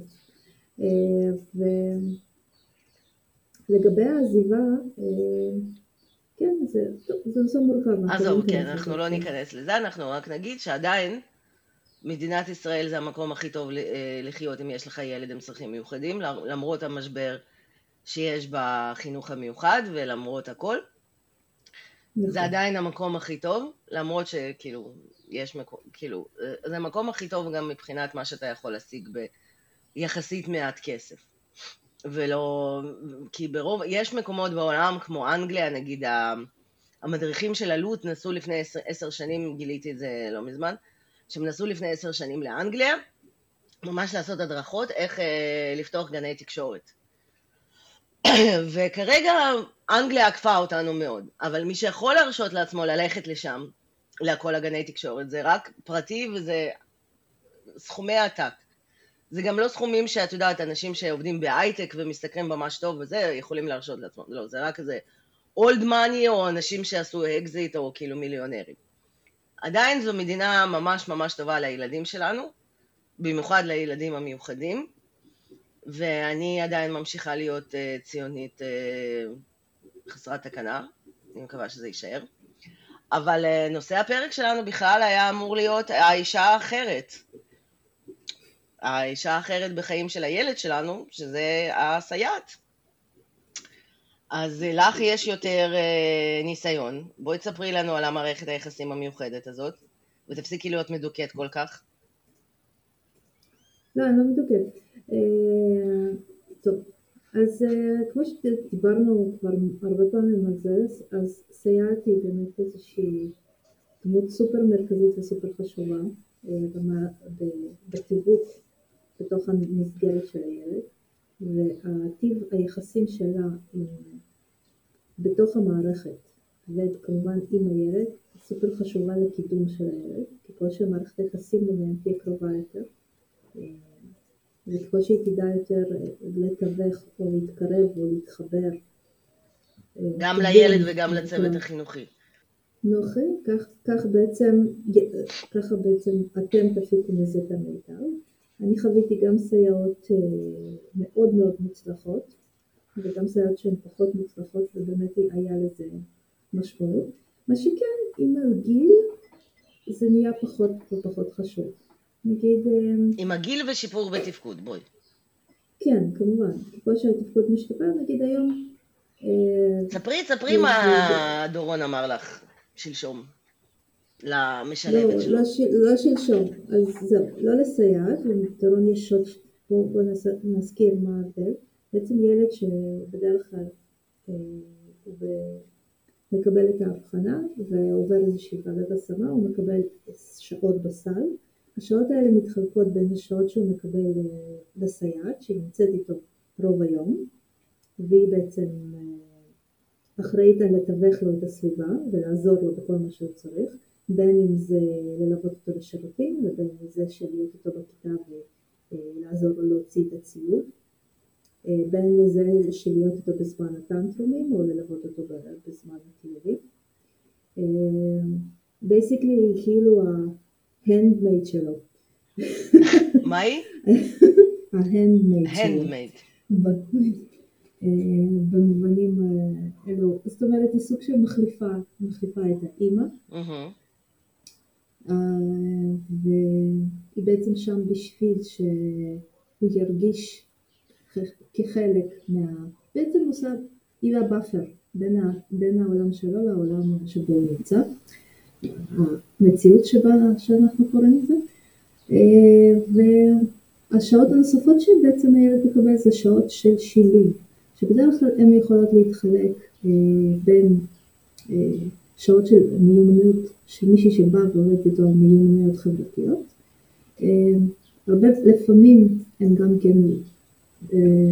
ולגבי העזיבה, כן, זה, זה נושא מורכב. עזוב, כן, אנחנו לא ניכנס לזה, אנחנו רק נגיד שעדיין מדינת ישראל זה המקום הכי טוב לחיות אם יש לך ילד עם צרכים מיוחדים, למרות המשבר שיש בחינוך המיוחד ולמרות הכל. זה עדיין המקום הכי טוב, למרות שכאילו, יש מקום, כאילו, זה המקום הכי טוב גם מבחינת מה שאתה יכול להשיג ביחסית מעט כסף. ולא, כי ברוב, יש מקומות בעולם כמו אנגליה, נגיד המדריכים של אלו"ט נסעו לפני עשר, עשר שנים, גיליתי את זה לא מזמן, שהם נסעו לפני עשר שנים לאנגליה, ממש לעשות הדרכות איך אה, לפתוח גני תקשורת. וכרגע אנגליה עקפה אותנו מאוד, אבל מי שיכול להרשות לעצמו ללכת לשם, לכל הגני תקשורת, זה רק פרטי וזה סכומי עתק. זה גם לא סכומים שאת יודעת, אנשים שעובדים בהייטק ומסתכרים ממש טוב וזה, יכולים להרשות לעצמם. לא, זה רק כזה old money או אנשים שעשו אקזיט או כאילו מיליונרים. עדיין זו מדינה ממש ממש טובה לילדים שלנו, במיוחד לילדים המיוחדים, ואני עדיין ממשיכה להיות uh, ציונית uh, חסרת תקנה, אני מקווה שזה יישאר. אבל uh, נושא הפרק שלנו בכלל היה אמור להיות האישה האחרת. האישה האחרת בחיים של הילד שלנו, שזה הסייעת. אז לך יש יותר uh, ניסיון. בואי תספרי לנו על המערכת היחסים המיוחדת הזאת, ותפסיקי להיות מדוקת כל כך. לא, אני לא מדוקת. Uh, טוב, אז uh, כמו שדיברנו כבר הרבה פעמים על זה, אז סייעת היא באמת איזושהי דמות סופר מרכזית וסופר חשובה uh, בתיווך בתוך המסגרת של הילד, והטיב היחסים שלה בתוך המערכת, וכמובן עם הילד, סופר חשובה לקידום של הילד, ככל שמערכת היחסים ביניהם תהיה קרובה יותר, וככל שהיא תדע יותר לתווך או להתקרב או להתחבר. גם לילד וגם לצוות החינוכי. נכון, כך, כך בעצם, ככה בעצם אתם תפיקו מזה את המיטב. אני חוויתי גם סייעות מאוד מאוד מוצלחות, וגם סייעות שהן פחות מוצלחות, ובאמת היה לזה משמעות. מה שכן, עם הגיל, זה נהיה פחות ופחות חשוב. נגיד... עם הגיל ושיפור בתפקוד, בואי. כן, כמובן. ככל שהתפקוד משתפר, נגיד היום... ספרי, ספרי מה דורון אמר לך שלשום. למשלבת שלו. לא, לא שלשום, אז זהו, לא לסייעת, ודורון יש עוד, בואו נזכיר מה ההבדל. בעצם ילד שבדרך כלל הוא מקבל את ההבחנה ועובר איזושהי ועדת השמה, הוא מקבל שעות בסל. השעות האלה מתחלקות בין השעות שהוא מקבל לסייעת, שהיא נמצאת איתו רוב היום, והיא בעצם אחראית על לתווך לו את הסביבה ולעזור לו בכל מה שהוא צריך, בין אם זה ללוות אותו לשירותים, ובין אם זה שלהיות איתו בכיתה ולעזור לו להוציא את הציוד, בין אם זה שלהיות איתו בזמן הטנטרומים או ללוות אותו בזמן הטיולים. בייסיקלי כאילו ההנדמייד שלו. מה היא? ההנדמייד שלו. ההנדמייד. במובנים אלו, זאת אומרת היא סוג של מחליפה, מחליפה את האימא, והיא בעצם שם בשביל שהוא ירגיש כחלק מה... בעצם עושה, היא הבאפר בין, ה... בין העולם שלו לעולם שבו הוא נמצא, המציאות שבה שאנחנו קוראים את זה, והשעות הנוספות שבעצם הילד מקבל זה שעות של שילוב, שבדרך כלל הן יכולות להתחלק בין שעות של מיומנויות של מישהי שבא ועובד איתו על מיומנויות חברתיות. הרבה לפעמים הם גם כן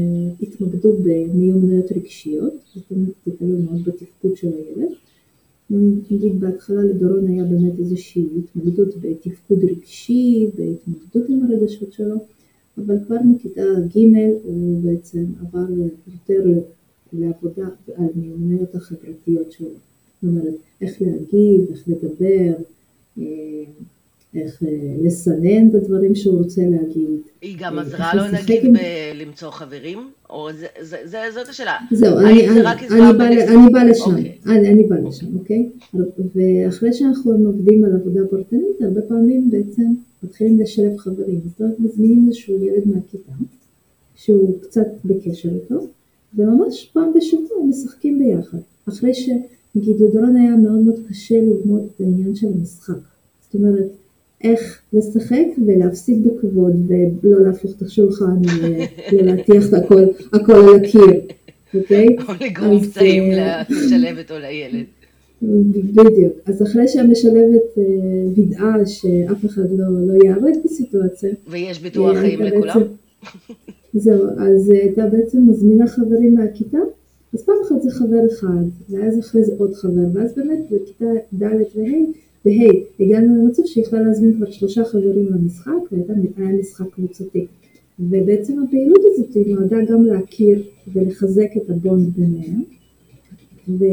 התמקדו במיומנויות רגשיות, זאת אומרת זה תלוי מאוד בתפקוד של הילד, נגיד בהתחלה לדורון היה באמת איזושהי התמודדות בתפקוד רגשי, בהתמודדות עם הרגשות שלו, אבל כבר מכיתה ג' הוא בעצם עבר יותר לעבודה על מיומנויות החברתיות שלו. זאת אומרת, איך להגיב, איך לדבר, איך לסנן את הדברים שהוא רוצה להגיד. היא גם עזרה לו נגיד בלמצוא חברים? או זאת השאלה. זהו, אני באה לשם, אני באה לשם, אוקיי? ואחרי שאנחנו עובדים על עבודה פרטנית, הרבה פעמים בעצם מתחילים לשלב חברים. זאת אומרת, מזמינים איזשהו ילד מהכיתה, שהוא קצת בקשר איתו, וממש פעם בשבוע משחקים ביחד. אחרי שנגיד לדורון היה מאוד מאוד קשה ללמוד את העניין של המשחק. זאת אומרת, איך לשחק ולהפסיק בכבוד ולא להפוך את השולחן ולהתיח את הכל, הכל על הקיר, אוקיי? או לגרום פצעים לשלב אותו לילד. בדיוק. אז אחרי שהמשלבת וידעה שאף אחד לא, לא יערק בסיטואציה. ויש ביטוח חיים לכולם? זהו, אז הייתה בעצם מזמינה חברים מהכיתה, אז פעם אחת זה חבר אחד, ואז אחרי זה עוד חבר, ואז באמת בכיתה ד' וה' והי, הגענו למצב שיכלה להזמין כבר שלושה חברים למשחק, והיה משחק קבוצתי. ובעצם הפעילות הזאת היא נועדה גם להכיר ולחזק את הבונד ביניהם, ו...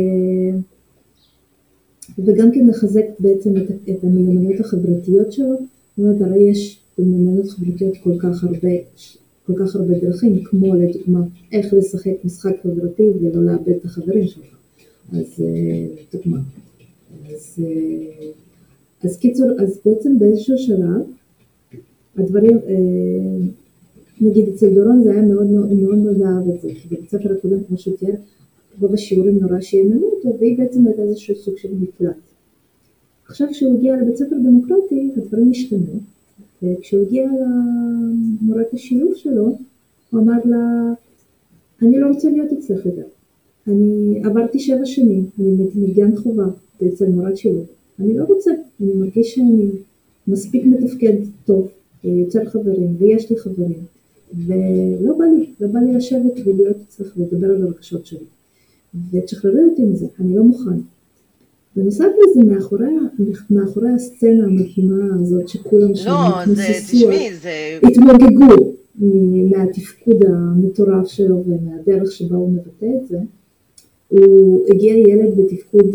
וגם כן לחזק בעצם את, את המיומנויות החברתיות שלו. זאת אומרת, הרי יש מיומנויות חברתיות כל כך הרבה, כל כך הרבה דרכים, כמו לדוגמה, איך לשחק משחק חברתי ולא לאבד את החברים שלך. אז דוגמה. אז, אז קיצור, אז בעצם באיזשהו שלב, הדברים, נגיד אצל דורון זה היה מאוד מאוד מאוד מאוד אהב את זה, כי בבית ספר הקודם כמו שתיאר, רוב השיעורים נורא שעניינו אותו, והיא בעצם הייתה איזשהו סוג של מקלט. עכשיו כשהוא הגיע לבית ספר דמוקרטי, הדברים השתנו, וכשהוא הגיע למורת השילוב שלו, הוא אמר לה, אני לא רוצה להיות אצלך יותר. אני עברתי שבע שנים, אני מגן חובה אצל מורת שילוב. אני לא רוצה, אני מרגיש שאני מספיק מתפקד טוב, יוצר חברים, ויש לי חברים. ולא בא לי, לא בא לי לשבת ולהיות אצלך ולדבר על הרגשות שלי. ותשחררי אותי מזה, אני לא מוכן. בנוסף לזה, מאחורי, מאחורי הסצנה המדהימה הזאת שכולם שם התמוססו, התמוגגו מהתפקוד המטורף שלו ומהדרך שבה הוא מבטא את זה, הוא הגיע ילד בתפקוד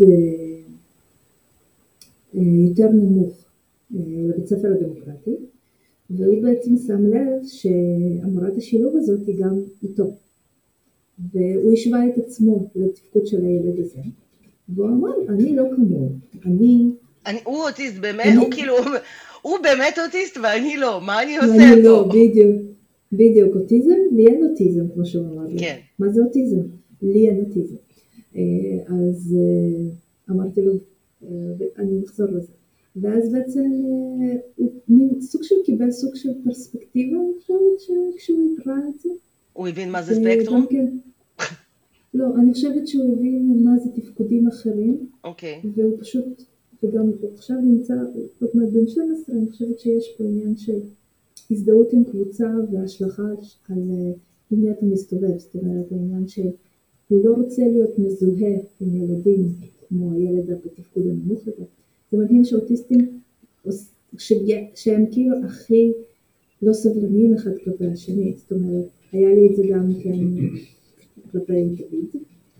יותר נמוך לבית ספר הדמוקרטי, והוא בעצם שם לב שאמורת השילוב הזאת היא גם איתו. והוא השווה את עצמו לתפקוד של הילד הזה. והוא אמר, אני לא כמוהו, אני... אני, הוא אוטיסט באמת, אני... הוא כאילו, הוא באמת אוטיסט ואני לא, מה אני עושה אני פה? לא, בדיוק, בדיוק, אוטיזם, לי אין אוטיזם, כמו שהוא אמר לי. כן. מה זה אוטיזם? לי אין אוטיזם. אז אמרתי לו, אני נחזור לזה. ואז בעצם הוא סוג של קיבל סוג של פרספקטיבה, אני חושבת שכשהוא יקרא את זה. הוא הבין מה זה ספקטרום? כן. לא, אני חושבת שהוא הבין מה זה תפקודים אחרים. אוקיי. והוא פשוט, וגם עכשיו נמצא, זאת אומרת, בן שתים עשרה, אני חושבת שיש פה עניין של הזדהות עם קבוצה והשלכה על עם מי אתה מסתובב. זאת אומרת, העניין שהוא לא רוצה להיות מזוהה עם ילדים, כמו הילד בתפקוד הנמוך יותר. זה מדהים שאוטיסטים, שהם כאילו הכי לא סבלניים אחד כלפי השני. זאת אומרת, היה לי את זה גם כן כלפי דוד.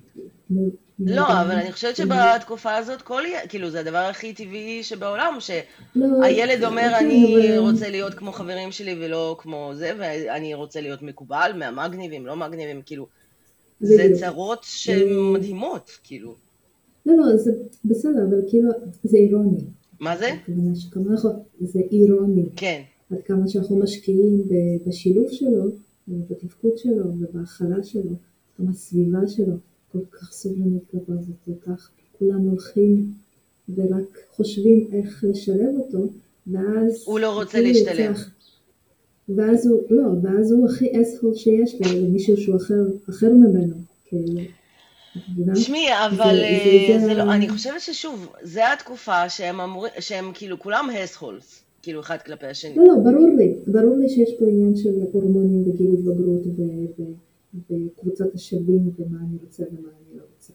לא, אבל אני חושבת שבתקופה הזאת, כאילו זה הדבר הכי טבעי שבעולם, שהילד אומר אני רוצה להיות כמו חברים שלי ולא כמו זה, ואני רוצה להיות מקובל מהמגניבים, לא מגניבים, כאילו, זה צרות שמדהימות, כאילו. לא, לא, זה בסדר, אבל כאילו, זה אירוני. מה זה? זה אירוני. כן. עד כמה שאנחנו משקיעים בשילוב שלו, בתפקוד שלו ובהכלה שלו, גם הסביבה שלו, כל כך סובלנית כלפי זה, כל כך כולם הולכים ורק חושבים איך לשלב אותו, ואז... הוא לא רוצה להשתלב. ואז הוא, לא, ואז הוא הכי אסהול שיש למישהו שהוא אחר, אחר ממנו, כאילו. תשמעי, אבל זה לא, אני חושבת ששוב, זה התקופה שהם אמורים, שהם כאילו כולם אסהולס. כאילו אחד כלפי השני. לא, לא, ברור לי. ברור לי שיש פה עניין של הורמונים וגיל התבגרות וקבוצת השווים ומה אני רוצה ומה אני לא רוצה.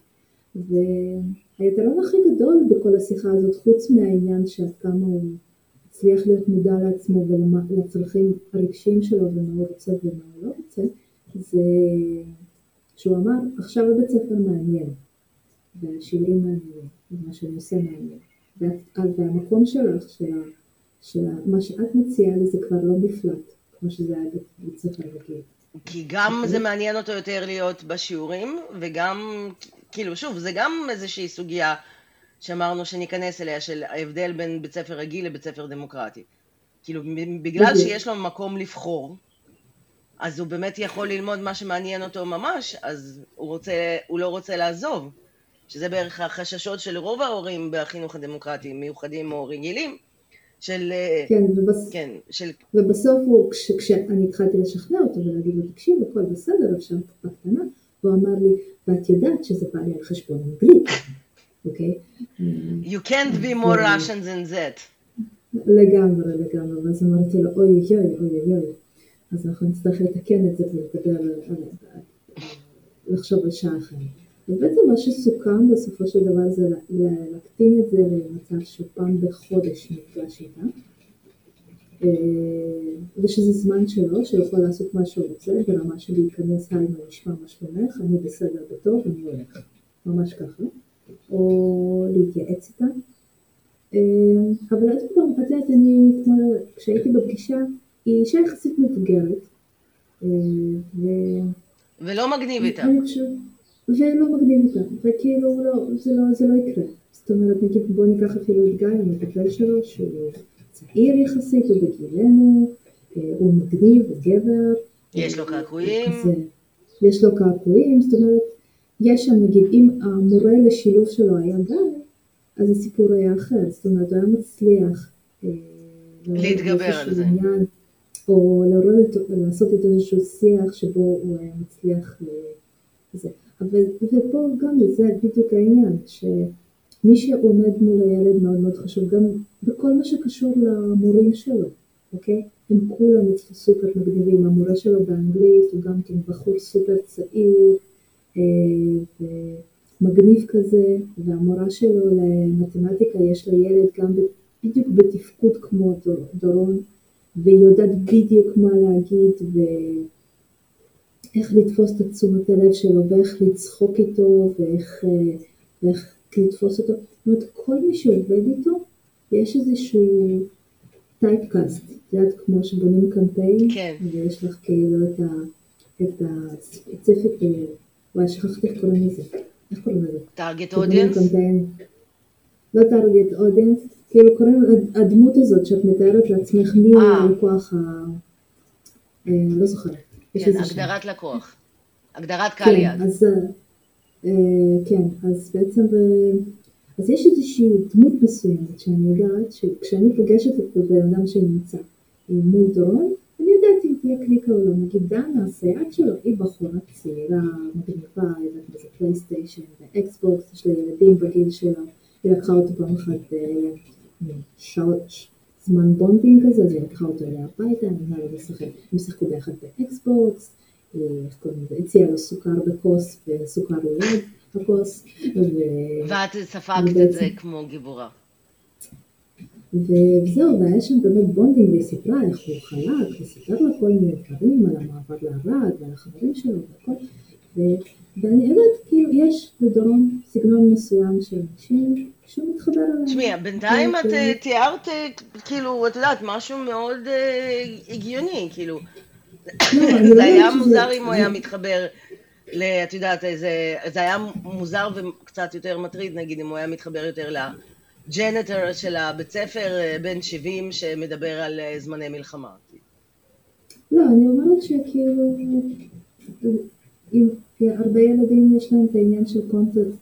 והיתרון הכי גדול בכל השיחה הזאת, חוץ מהעניין שעד כמה הוא הצליח להיות מודע לעצמו ולצרכים הרגשיים שלו ומה הוא רוצה ומה הוא לא רוצה, זה שהוא אמר, עכשיו הבית ספר מעניין, והשיעורים מעניינים, ומה שאני עושה מעניין. והמקום שלך, של מה שאת מציעה לי, זה כבר לא נפלט, כמו שזה היה בית ספר רגיל. כי גם זה מעניין אותו יותר להיות בשיעורים, וגם, כאילו שוב, זה גם איזושהי סוגיה שאמרנו שניכנס אליה, של ההבדל בין בית ספר רגיל לבית ספר דמוקרטי. כאילו, בגלל שיש לו מקום לבחור, אז הוא באמת יכול ללמוד מה שמעניין אותו ממש, אז הוא, רוצה, הוא לא רוצה לעזוב. שזה בערך החששות של רוב ההורים בחינוך הדמוקרטי, מיוחדים או רגילים, של... כן, ובס... כן, של... ובסוף הוא, כש... כשאני התחלתי לשכנע אותו ולהגיד לו, תקשיב, הכל בסדר, אפשר קפה קטנה, הוא אמר לי, ואת יודעת שזה בא לי על חשבון אנגלית, אוקיי? You can't be more Russian than that. לגמרי, לגמרי, ואז אמרתי לו, אוי אוי אוי אוי אוי, אז אנחנו נצטרך לתקן את זה ולדבר, לחשוב על שעה אחרת. אז בעצם מה שסוכם בסופו של דבר זה להקטין את זה למצב שפעם בחודש נפגש איתה, ושזה זמן שלו, שיכול לעשות מה שהוא רוצה, ברמה של להיכנס, היי, מה נשמע, מה שלומך, אני בסדר בטוב, אני הולך, ממש ככה, או להתייעץ איתה. אבל עד כבר, את יודעת, אני, כשהייתי בפגישה, היא אישה יחסית מבוגרת, ולא מגניב איתה. ולא מגניב איתה, וכאילו לא, זה לא, זה לא יקרה. זאת אומרת, נגיד, בוא ניקח אפילו את גיא, המטפל שלו, שהוא צעיר יחסית, הוא בגילנו, הוא מגניב, הוא גבר. יש לו קעקועים. יש לו קעקועים, זאת אומרת, יש שם, נגיד, אם המורה לשילוב שלו היה גיא, אז הסיפור היה אחר, זאת אומרת, הוא היה מצליח להתגבר על זה. עניין, או לעשות את איזשהו שיח שבו הוא היה מצליח לזה. אבל ופה גם זה בדיוק העניין, שמי שעומד מול הילד מאוד מאוד חשוב, גם בכל מה שקשור למורים שלו, אוקיי? הם כולם סופר מגניבים, המורה שלו באנגלית הוא גם כן בחור סופר צעיר, ומגניב כזה, והמורה שלו למתמטיקה יש לילד גם בדיוק בתפקוד כמו דורון, והיא יודעת בדיוק מה להגיד, ו... איך לתפוס את תשומת הלב שלו, ואיך לצחוק איתו, ואיך, ואיך לתפוס אותו. זאת אומרת, כל מי שעובד איתו, יש איזשהו טייפקאסט, זה יודעת, כמו שבונים קמפיין, כן. ויש לך כאילו את ה... את הספציפית, וואי, שכחתי איך קוראים לזה. איך קוראים לזה? טארגט אודיאנס? לא טארגט אודיאנס, כאילו קוראים הדמות הזאת, שאת מתארת לעצמך מי הוא הלקוח ה... לא זוכרת. כן, הגדרת לקוח, הגדרת קהל יעד. אז, כן, אז בעצם, אז יש איזושהי דמות מסוימת שאני יודעת שכשאני פוגשת את הבן אדם שנמצא מול דורון, אני יודעת אם תהיה קליקה או לא, נגיד דנה, הסייעת שלו, היא בחורה צעירה, מגניבה, היא יודעת איזה פלייסטיישן ואקסבוקס, יש לה ילדים בגיל שלה, היא לקחה אותו פעם אחת שעות, זמן בונדינג כזה, אז היא לקחה אותו אליה הביתה, אני אמרה לו לשחק, הם שיחקו ביחד באקסבוקס, איך קוראים לזה, הציעה לו סוכר בכוס וסוכר ליד הכוס. ואת ספגת את זה כמו גיבורה. וזהו, והיה שם באמת בונדינג, והיא סיפרה איך הוא חלק, היא סיפרה לה כל מיני דברים על המעבר לערד ועל החברים שלו והכל, ואני יודעת, כאילו, יש לדורון סגנון מסוים של אנשים שהוא מתחבר עליהם. תשמעי, בינתיים את תיארת, כאילו, את יודעת, משהו מאוד הגיוני, כאילו, זה היה מוזר אם הוא היה מתחבר, את יודעת, זה היה מוזר וקצת יותר מטריד, נגיד, אם הוא היה מתחבר יותר לג'נטר של הבית ספר בן שבעים שמדבר על זמני מלחמה. לא, אני אומרת שכאילו, אם הרבה ילדים יש להם את העניין של קונטקסט,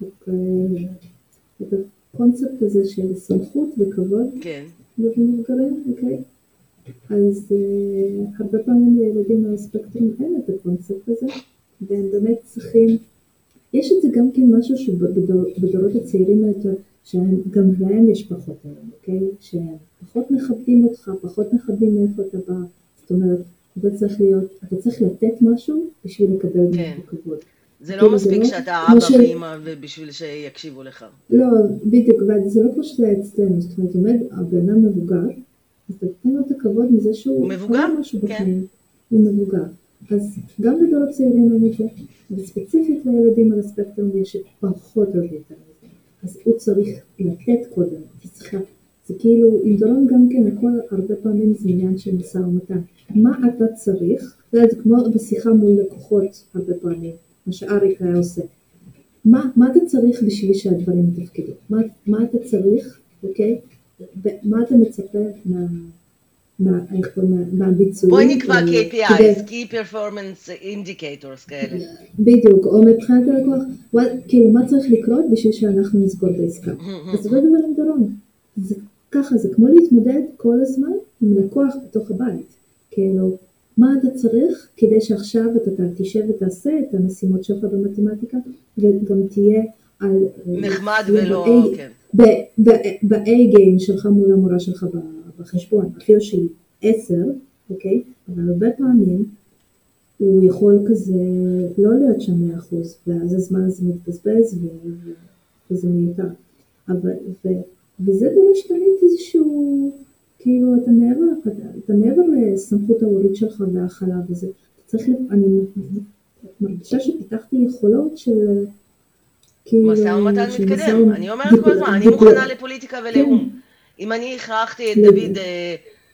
את הקונספט הזה של סמכות וכבוד, כן. במבוגרים, אוקיי? אז uh, הרבה פעמים לילדים מהספקטרום אין את הקונספט הזה, והם באמת צריכים, יש את זה גם כן משהו שבדורות הצעירים יותר, שגם להם יש פחות היום, אוקיי? שהם פחות מכבדים אותך, פחות מכבדים מאיפה אתה בא, זאת אומרת, אתה צריך להיות, אתה צריך לתת משהו בשביל לקבל כן. כבוד. זה לא כאילו, מספיק לא שאתה כמו אבא של- ואמא ובשביל שיקשיבו לך. לא, בדיוק, וזה לא כמו שזה אצלנו, זאת אומרת, עומד הבן אדם מבוגר, אז אתה תתן לו את הכבוד מזה שהוא מבוגר? עולה משהו כן. בחיים, הוא מבוגר. אז גם לדור הצעירים אין את זה, וספציפית לילדים על הספקטרום יש פחות הרבה יותר מזה. אז הוא צריך לתת קודם, היא צריכה, זה כאילו, עם דורון גם כן, הכל הרבה פעמים זה עניין של משא ומתן. מה אתה צריך? זה כמו בשיחה מול לקוחות הרבה פעמים, מה שאריק היה עושה. מה, מה אתה צריך בשביל שהדברים יתפקדו? מה, מה אתה צריך, אוקיי? מה אתה מצפה מה, מה, איך קוראים, מהביצועים? בואי נקבע אה, K P Is, כדי- Key Performance Indicators כאלה. בדיוק, או מבחינת הלקוח, what- כאילו מה צריך לקרות בשביל שאנחנו נסגור את העסקה. אז זה לא דבר עם דרום. זה ככה, זה כמו להתמודד כל הזמן עם לקוח בתוך הבית. כאילו, מה אתה צריך כדי שעכשיו אתה תשב ותעשה את המשימות שלך במתמטיקה, וגם תהיה על... נחמד תהיה ולא, ב-A- כן. ב- ב- ב-A game שלך מול המורה שלך ב- בחשבון, אפילו שהיא עשר, אוקיי? אבל הרבה פעמים הוא יכול כזה לא להיות שם מאה אחוז, ואז הזמן הזה מתבזבז ו- וזה מיותר. אבל, ו, וזה דורש תמיד איזשהו, כאילו אתה מעבר, אתה, אתה מעבר לסמכות ההורית שלך והאכלה וזה, אתה צריך, אני מרגישה שפיתחתי יכולות של, כאילו, משא ומתן של מתקדם, משא- אני אומרת דיפ- כל הזמן, אני דיפ- מוכנה לפוליטיקה ולאום. כן. אם אני הכרחתי את לא. דוד אה,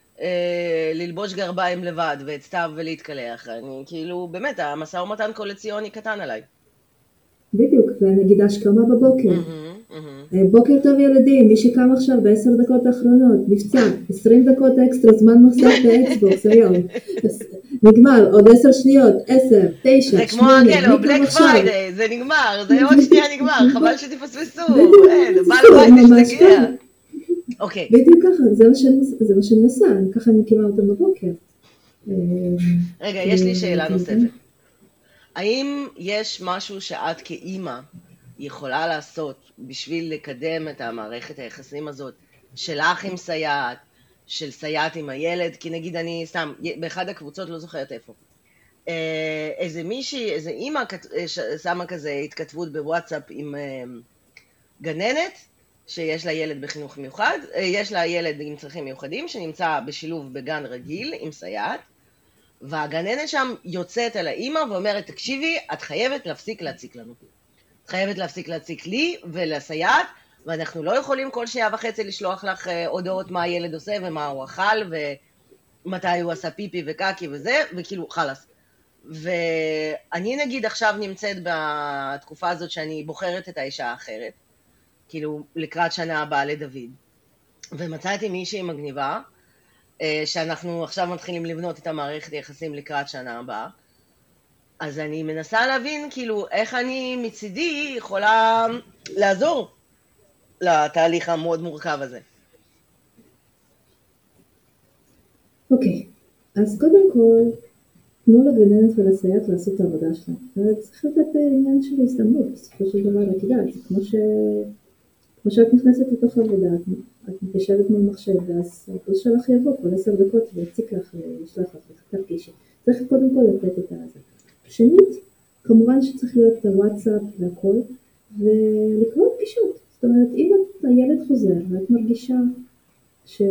אה, ללבוש גרביים לבד ואת סתיו ולהתקלח, אני כאילו, באמת, המשא ומתן קואליציוני קטן עליי. בדיוק, ונגיד השכמה בבוקר. מהמם, מהמם. בוקר טוב ילדים, מי שקם עכשיו בעשר דקות האחרונות, מבצע, עשרים דקות אקסטרה זמן מסך באקסבוקס היום, אז נגמר, עוד עשר שניות, עשר, תשע, זה כמו שמונה, הגלו, מי בלק קם עכשיו? פריידיי, זה נגמר, זה עוד שנייה נגמר, חבל שתפספסו, בדיוק, אין, זה בעל טוב, הבית ממש השתגע. ככה. אוקיי, בדיוק ככה, זה מה שאני, זה מה שאני עושה, ככה אני מקימה אותם בבוקר. רגע, יש לי שאלה כן, נוספת. האם יש משהו שאת כאימא יכולה לעשות בשביל לקדם את המערכת היחסים הזאת שלך עם סייעת, של סייעת עם הילד? כי נגיד אני סתם, באחד הקבוצות, לא זוכרת איפה, אה, איזה מישהי, איזה אימא כת- אה, ש- שמה כזה התכתבות בוואטסאפ עם אה, גננת, שיש לה ילד בחינוך מיוחד, אה, יש לה ילד עם צרכים מיוחדים, שנמצא בשילוב בגן רגיל עם סייעת, והגננת שם יוצאת על האימא ואומרת, תקשיבי, את חייבת להפסיק להציק לנו. את חייבת להפסיק להציק לי ולסייעת, ואנחנו לא יכולים כל שנייה וחצי לשלוח לך אה, הודעות מה הילד עושה ומה הוא אכל, ומתי הוא עשה פיפי וקקי וזה, וכאילו, חלס. ואני נגיד עכשיו נמצאת בתקופה הזאת שאני בוחרת את האישה האחרת, כאילו לקראת שנה הבאה לדוד, ומצאתי מישהי מגניבה, שאנחנו עכשיו מתחילים לבנות את המערכת היחסים לקראת שנה הבאה, אז אני מנסה להבין כאילו איך אני מצידי יכולה לעזור לתהליך המאוד מורכב הזה. אוקיי, אז קודם כל, תנו לגננת ולסייעת לעשות את העבודה שלהם. צריך לתת עניין של הזדמנות, בסופו של דבר, את יודעת, זה כמו ש... כמו שאת נכנסת לתוך עבודה, את מתיישבת מול מחשב, ואז הפוס שלך יבוא כל עשר דקות ויציק לך וישלח לך ותרגישי. צריך קודם כל לתת את הזה. שנית, כמובן שצריך להיות את הוואטסאפ והכל, ולקרוא פגישות. זאת אומרת, אם הילד חוזר ואת מרגישה ש...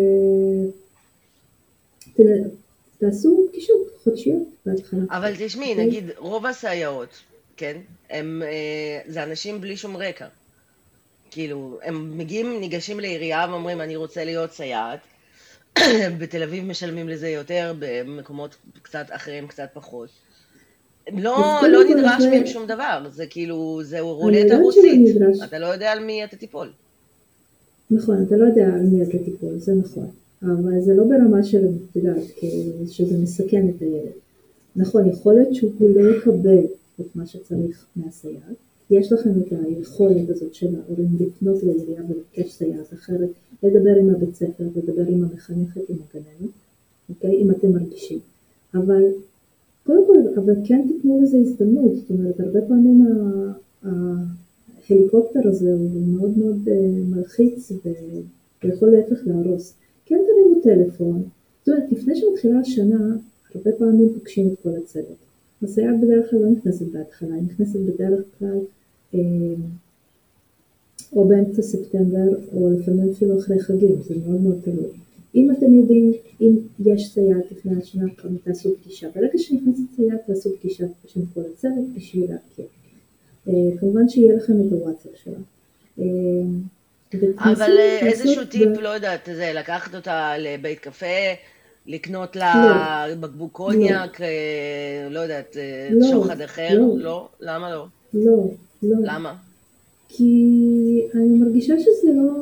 תעשו פגישות חודשיות בהתחלה. אבל תשמעי, אוקיי? נגיד רוב הסייעות, כן, הם, זה אנשים בלי שום רקע. כאילו, הם מגיעים, ניגשים לעירייה ואומרים, אני רוצה להיות סייעת. בתל אביב משלמים לזה יותר, במקומות קצת אחרים קצת פחות. לא, אז לא קודם כל נדרש זה- מהם שום דבר, זה כאילו, זה יודעת רולטה שלא רוסית. נדרש. אתה לא יודע על מי אתה תיפול. נכון, אתה לא יודע על מי אתה טיפול, זה נכון. אבל זה לא ברמה של, את יודעת, כאילו, שזה מסכן את הילד. נכון, יכול להיות שהוא לא יקבל את מה שצריך מהסייעת. יש לכם את היכולת הזאת של ההורים לפנות לעירייה ולבקש סייעת אחרת, לדבר עם הבית ספר, לדבר עם המחנכת, עם הגננת, אוקיי? אם אתם מרגישים. אבל, קודם כל, אבל כן תתנו לזה הזדמנות. זאת אומרת, הרבה פעמים ה- ההליקופטר הזה הוא מאוד מאוד uh, מלחיץ ויכול להפך להרוס. כן תרימו טלפון. זאת אומרת, לפני שמתחילה השנה, הרבה פעמים פוגשים את כל הצוות. הסייעת בדרך כלל לא נכנסת בהתחלה, היא נכנסת בדרך כלל אה, או באמצע ספטמבר, או לפעמים אפילו אחרי חגים, זה מאוד מאוד תלוי. אם אתם יודעים, אם יש סייעת לפני השנה, כמה תעשו פגישה. ברגע שנכנסת סייעת, תעשו פגישה בשם כל הצוות, בשביל להכיר. כמובן שיהיה לכם את הוואטסאפ שלה. אבל איזשהו טיפ, לא יודעת, זה לקחת אותה לבית קפה, לקנות לה בקבוק קוניאק, לא יודעת, שוחד אחר, לא? למה לא? לא, לא. למה? כי אני מרגישה שזה לא,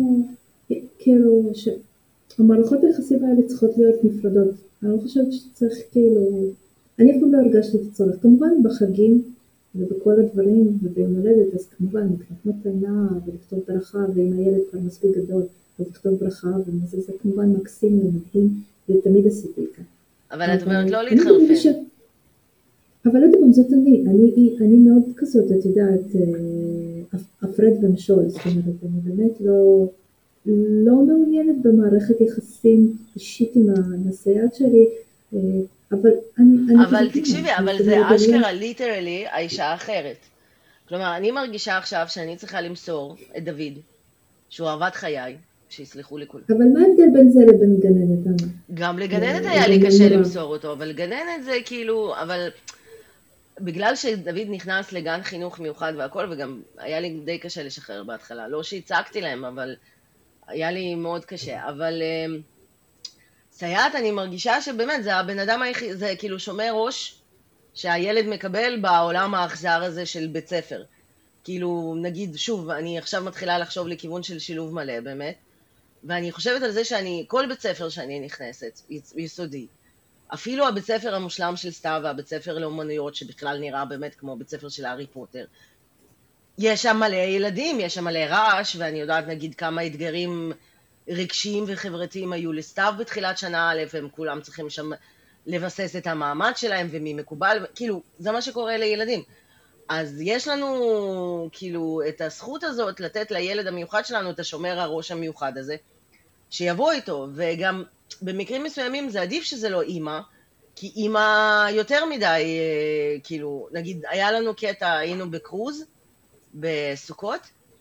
כאילו, שהמערכות היחסים האלה צריכות להיות נפרדות. אני לא חושבת שצריך כאילו, אני אפילו לא הרגשתי את הצורך. כמובן בחגים ובכל הדברים וביום הולדת, אז כמובן לקנות מתנה ולכתוב ברכה, ואם הילד כבר מספיק גדול, אז לכתוב ברכה, וזה זה כמובן מקסים ומדהים, ותמיד עשיתי כאן. אבל את אומרת לא להתחרפן. אבל עוד פעם, זאת אני, אני, אני מאוד כזאת, את יודעת, אפרד ומשול, זאת אומרת, אני באמת לא, לא מעוניינת במערכת יחסים אישית עם הסייעת שלי, אבל אני... אבל תקשיבי, אבל זה אשכרה, ליטרלי, האישה האחרת. כלומר, אני מרגישה עכשיו שאני צריכה למסור את דוד, שהוא אהבת חיי, שיסלחו לי כולם. אבל מה ההבדל בין זה לבין גננת? גם לגננת היה לי קשה למסור אותו, אבל גננת זה כאילו, אבל... בגלל שדוד נכנס לגן חינוך מיוחד והכל, וגם היה לי די קשה לשחרר בהתחלה. לא שהצגתי להם, אבל היה לי מאוד קשה. אבל uh, סייעת, אני מרגישה שבאמת זה הבן אדם היחיד, זה כאילו שומר ראש שהילד מקבל בעולם האכזר הזה של בית ספר. כאילו, נגיד, שוב, אני עכשיו מתחילה לחשוב לכיוון של שילוב מלא, באמת. ואני חושבת על זה שאני, כל בית ספר שאני נכנסת, יסודי, אפילו הבית ספר המושלם של סתיו, והבית ספר לאומנויות, שבכלל נראה באמת כמו בית ספר של הארי פוטר, יש שם מלא ילדים, יש שם מלא רעש, ואני יודעת נגיד כמה אתגרים רגשיים וחברתיים היו לסתיו בתחילת שנה א', והם כולם צריכים שם לבסס את המעמד שלהם, ומי מקובל, כאילו, זה מה שקורה לילדים. אז יש לנו כאילו את הזכות הזאת לתת לילד המיוחד שלנו את השומר הראש המיוחד הזה, שיבוא איתו, וגם במקרים מסוימים זה עדיף שזה לא אימא, כי אימא יותר מדי, כאילו, נגיד, היה לנו קטע, היינו בקרוז, בסוכות,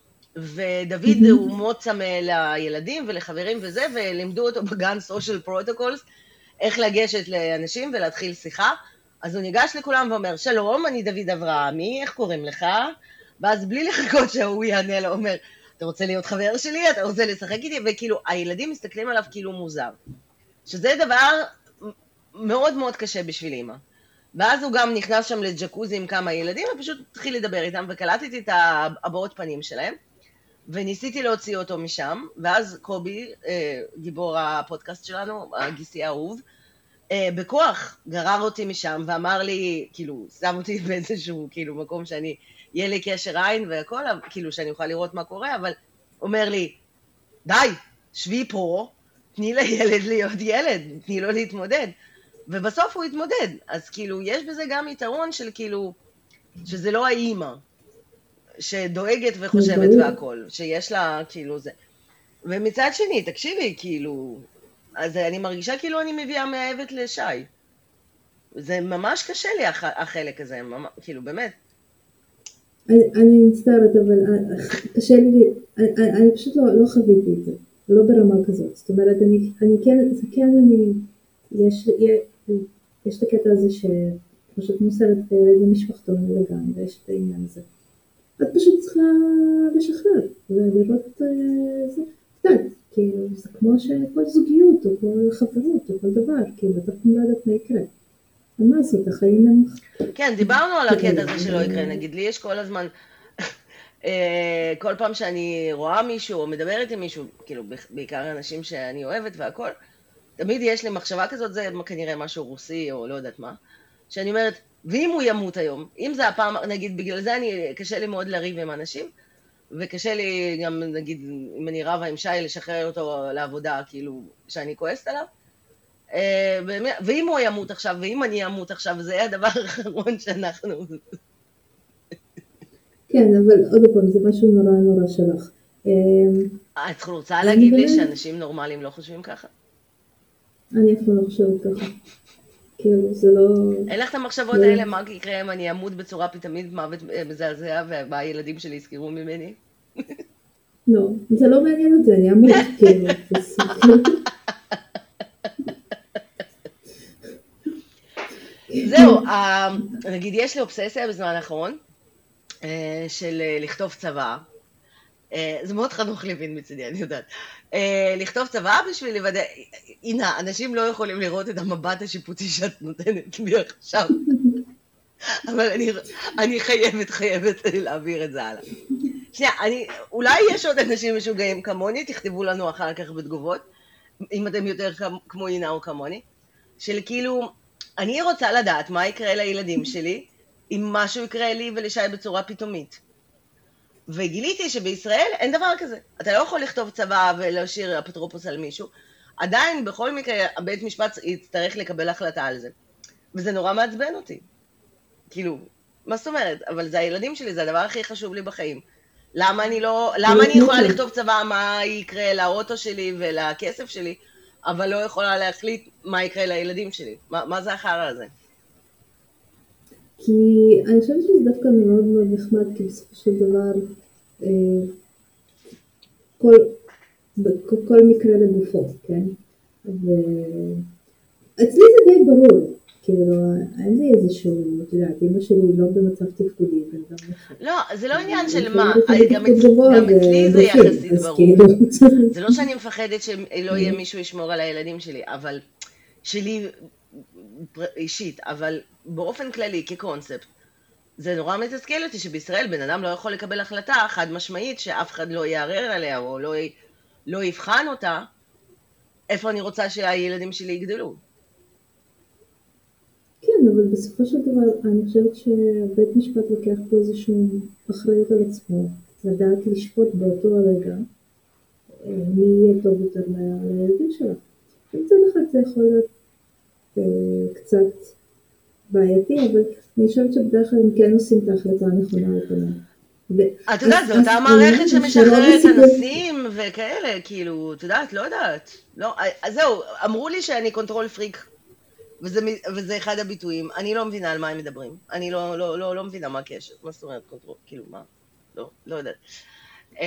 ודוד הוא מאוד צמא לילדים ולחברים וזה, ולימדו אותו בגן סושיאל פרוטוקולס, איך לגשת לאנשים ולהתחיל שיחה, אז הוא ניגש לכולם ואומר, שלום, אני דוד אברהמי, איך קוראים לך? ואז בלי לחכות שהוא יענה לו, אומר, אתה רוצה להיות חבר שלי? אתה רוצה לשחק איתי? וכאילו, הילדים מסתכלים עליו כאילו מוזר. שזה דבר מאוד מאוד קשה בשביל אמא. ואז הוא גם נכנס שם לג'קוזי עם כמה ילדים, ופשוט התחיל לדבר איתם, וקלטתי את הבעות פנים שלהם, וניסיתי להוציא אותו משם, ואז קובי, גיבור הפודקאסט שלנו, הגיסי האהוב, בכוח גרר אותי משם, ואמר לי, כאילו, שם אותי באיזשהו, כאילו, מקום שאני, יהיה לי קשר עין והכל, כאילו, שאני אוכל לראות מה קורה, אבל אומר לי, די, שבי פה, תני לילד להיות ילד, תני לו להתמודד. ובסוף הוא התמודד. אז כאילו, יש בזה גם יתרון של כאילו, שזה לא האימא, שדואגת וחושבת והכל, שיש לה כאילו זה. ומצד שני, תקשיבי, כאילו, אז אני מרגישה כאילו אני מביאה מאהבת לשי. זה ממש קשה לי החלק הזה, ממש, כאילו, באמת. אני, אני מצטערת, אבל קשה לי, אני, אני פשוט לא, לא חוויתי את זה, לא ברמה כזאת. זאת אומרת, אני, אני כן, זה כן, אני, יש, יש, יש את הקטע הזה שפשוט מוסרת למשפחתון לגן, ויש את העניין הזה. את פשוט צריכה לשחרר, ולראות זה, קצת, כאילו, זה כמו שכל זוגיות, או כל חברות, או כל דבר, כאילו, אתה לא יודעת מה יקרה. מה זאת, החיים הם... כן, דיברנו על הקטע הזה שלא יקרה, נגיד, לי יש כל הזמן, כל פעם שאני רואה מישהו, או מדברת עם מישהו, כאילו, בעיקר אנשים שאני אוהבת והכל, תמיד יש לי מחשבה כזאת, זה כנראה משהו רוסי, או לא יודעת מה, שאני אומרת, ואם הוא ימות היום, אם זה הפעם, נגיד, בגלל זה אני, קשה לי מאוד לריב עם אנשים, וקשה לי גם, נגיד, אם אני רבה עם שי, לשחרר אותו לעבודה, כאילו, שאני כועסת עליו, ואם הוא ימות עכשיו, ואם אני ימות עכשיו, זה יהיה הדבר האחרון שאנחנו... כן, אבל עוד פעם, זה משהו נורא נורא שלך. את רוצה להגיד לי שאנשים נורמליים לא חושבים ככה? אני אפילו לא חושבת ככה. כאילו זה לא... אין לך את המחשבות לא- האלה, מה יקרה אם אני אמות בצורה פתאומית מוות מזעזע, ומה הילדים שלי יזכרו ממני? לא, זה לא מעניין אותי, אני אמור, כאילו, זה- זהו, אה, נגיד, יש לי אובססיה בזמן האחרון, אה, של אה, לכתוב צבא. אה, זה מאוד חנוך לוין מצידי, אני יודעת. אה, לכתוב צבא בשביל לוודא, הנה, אנשים לא יכולים לראות את המבט השיפוטי שאת נותנת לי עכשיו, אבל אני, אני חייבת, חייבת להעביר את זה הלאה. שנייה, אני, אולי יש עוד אנשים משוגעים כמוני, תכתבו לנו אחר כך בתגובות, אם אתם יותר כמו- כמו אינה או כמוני, של כאילו, אני רוצה לדעת מה יקרה לילדים שלי, אם משהו יקרה לי ולשי בצורה פתאומית. וגיליתי שבישראל אין דבר כזה. אתה לא יכול לכתוב צבא ולהשאיר אפוטרופוס על מישהו. עדיין, בכל מקרה, הבית משפט יצטרך לקבל החלטה על זה. וזה נורא מעצבן אותי. כאילו, מה זאת אומרת? אבל זה הילדים שלי, זה הדבר הכי חשוב לי בחיים. למה אני לא, למה אני יכולה לכתוב צבא מה יקרה לאוטו שלי ולכסף שלי, אבל לא יכולה להחליט מה יקרה לילדים שלי? מה, מה זה החרא הזה? כי אני חושבת שזה דווקא מאוד מאוד נחמד, כי בסופו של דבר, אה, כל, כל, כל מקרה לגופו, כן? ואצלי זה די ברור, כאילו, אין לי איזשהו, את יודעת, אמא שלי לא במצב תפקודי, וגם לך. לא, זה לא עניין של אני מה, חושבת גם שזה אצ- גבוה גם אצלי זה וגופי, יחסית אז ברור. כאילו, זה לא שאני מפחדת שלא יהיה מישהו ישמור על הילדים שלי, אבל, שלי פר- אישית, אבל באופן כללי, כקונספט, זה נורא מתסכל אותי שבישראל בן אדם לא יכול לקבל החלטה חד משמעית שאף אחד לא יערער עליה או לא, י- לא יבחן אותה, איפה אני רוצה שהילדים שלי יגדלו. כן, אבל בסופו של דבר, אני חושבת שבית משפט לוקח פה איזושהי אחריות על עצמו, לדעת לשפוט באותו הרגע, אה, מי יהיה טוב יותר ל- לילדים שלה. מצד אחד זה יכול להיות אה, קצת בעייתי, אבל אני חושבת שבדרך כלל הם כן עושים את ההחלטה הנכונה על פניו. את יודעת, זו אותה מערכת שמשחררת אנסים וכאלה, כאילו, את יודעת, לא יודעת. לא, אז זהו, אמרו לי שאני קונטרול פריק, וזה, מ- וזה אחד הביטויים. אני לא מבינה על מה הם מדברים. אני לא, לא, לא, לא מבינה מה הקשר. מה זאת אומרת קונטרול? כאילו, מה? לא, לא יודעת. אמ,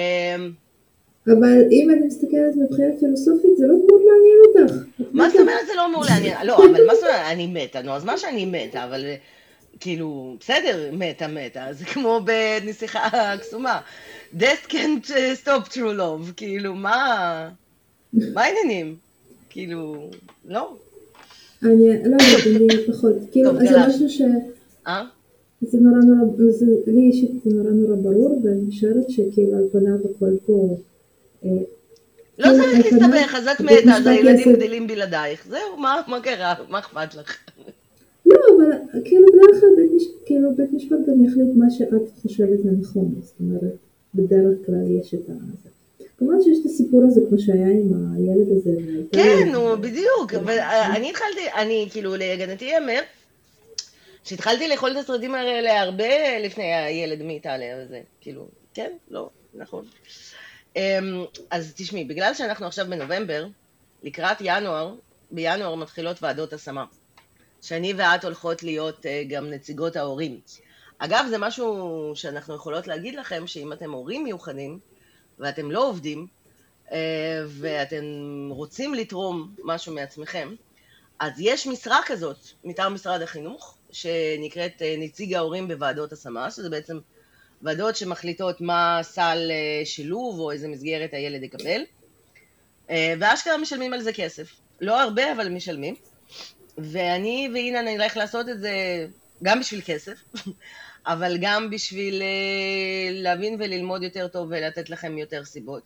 אבל אם אני מסתכלת מבחינה פילוסופית, זה לא מאוד מעניין אותך. מה זאת אומרת זה לא אמור לעניין? לא, אבל מה זאת אומרת? אני מתה, נו, אז מה שאני מתה, אבל כאילו, בסדר, מתה, מתה. זה כמו בנסיכה הקסומה. Death can't uh, stop true love. כאילו, מה... מה העניינים? כאילו, לא. אני לא יודעת, אני פחות. כאילו, טוב, אז זה גלש. משהו ש... אה? זה נורא נורא, זה, לי אישית זה נורא נורא ברור, ואני משערת שכאילו על פניו הכל פה... אה, לא כאילו, צריך על פניו, להסתבך, אז את בית מתה, אז משפט הילדים יעשה- גדלים בלעדייך. זהו, מה מה קרה? מה אכפת לך? לא, אבל כאילו בדרך כלל בית, מש... כאילו, בית משפט גם יחליט מה שאת חושבת לנכון, זאת אומרת, בדרך כלל יש את ה... כמובן שיש את הסיפור הזה כמו שהיה עם הילד הזה. והייתה כן, לו- נו, בדיוק. אבל אני התחלתי, אני כאילו, להגנתי יאמר, שהתחלתי לאכול את הסרטים האלה הרבה לפני הילד מאיטליה וזה, כאילו, כן, לא, נכון. אמ, אז תשמעי, בגלל שאנחנו עכשיו בנובמבר, לקראת ינואר, בינואר מתחילות ועדות השמה, שאני ואת הולכות להיות אה, גם נציגות ההורים. אגב, זה משהו שאנחנו יכולות להגיד לכם, שאם אתם הורים מיוחדים, ואתם לא עובדים, אה, ואתם רוצים לתרום משהו מעצמכם, אז יש משרה כזאת מטעם משרד החינוך, שנקראת אה, נציג ההורים בוועדות השמה, שזה בעצם ועדות שמחליטות מה סל אה, שילוב או איזה מסגרת הילד יקבל, אה, ואשכרה משלמים על זה כסף. לא הרבה, אבל משלמים. ואני ואינה נלך לעשות את זה גם בשביל כסף, אבל גם בשביל אה, להבין וללמוד יותר טוב ולתת לכם יותר סיבות.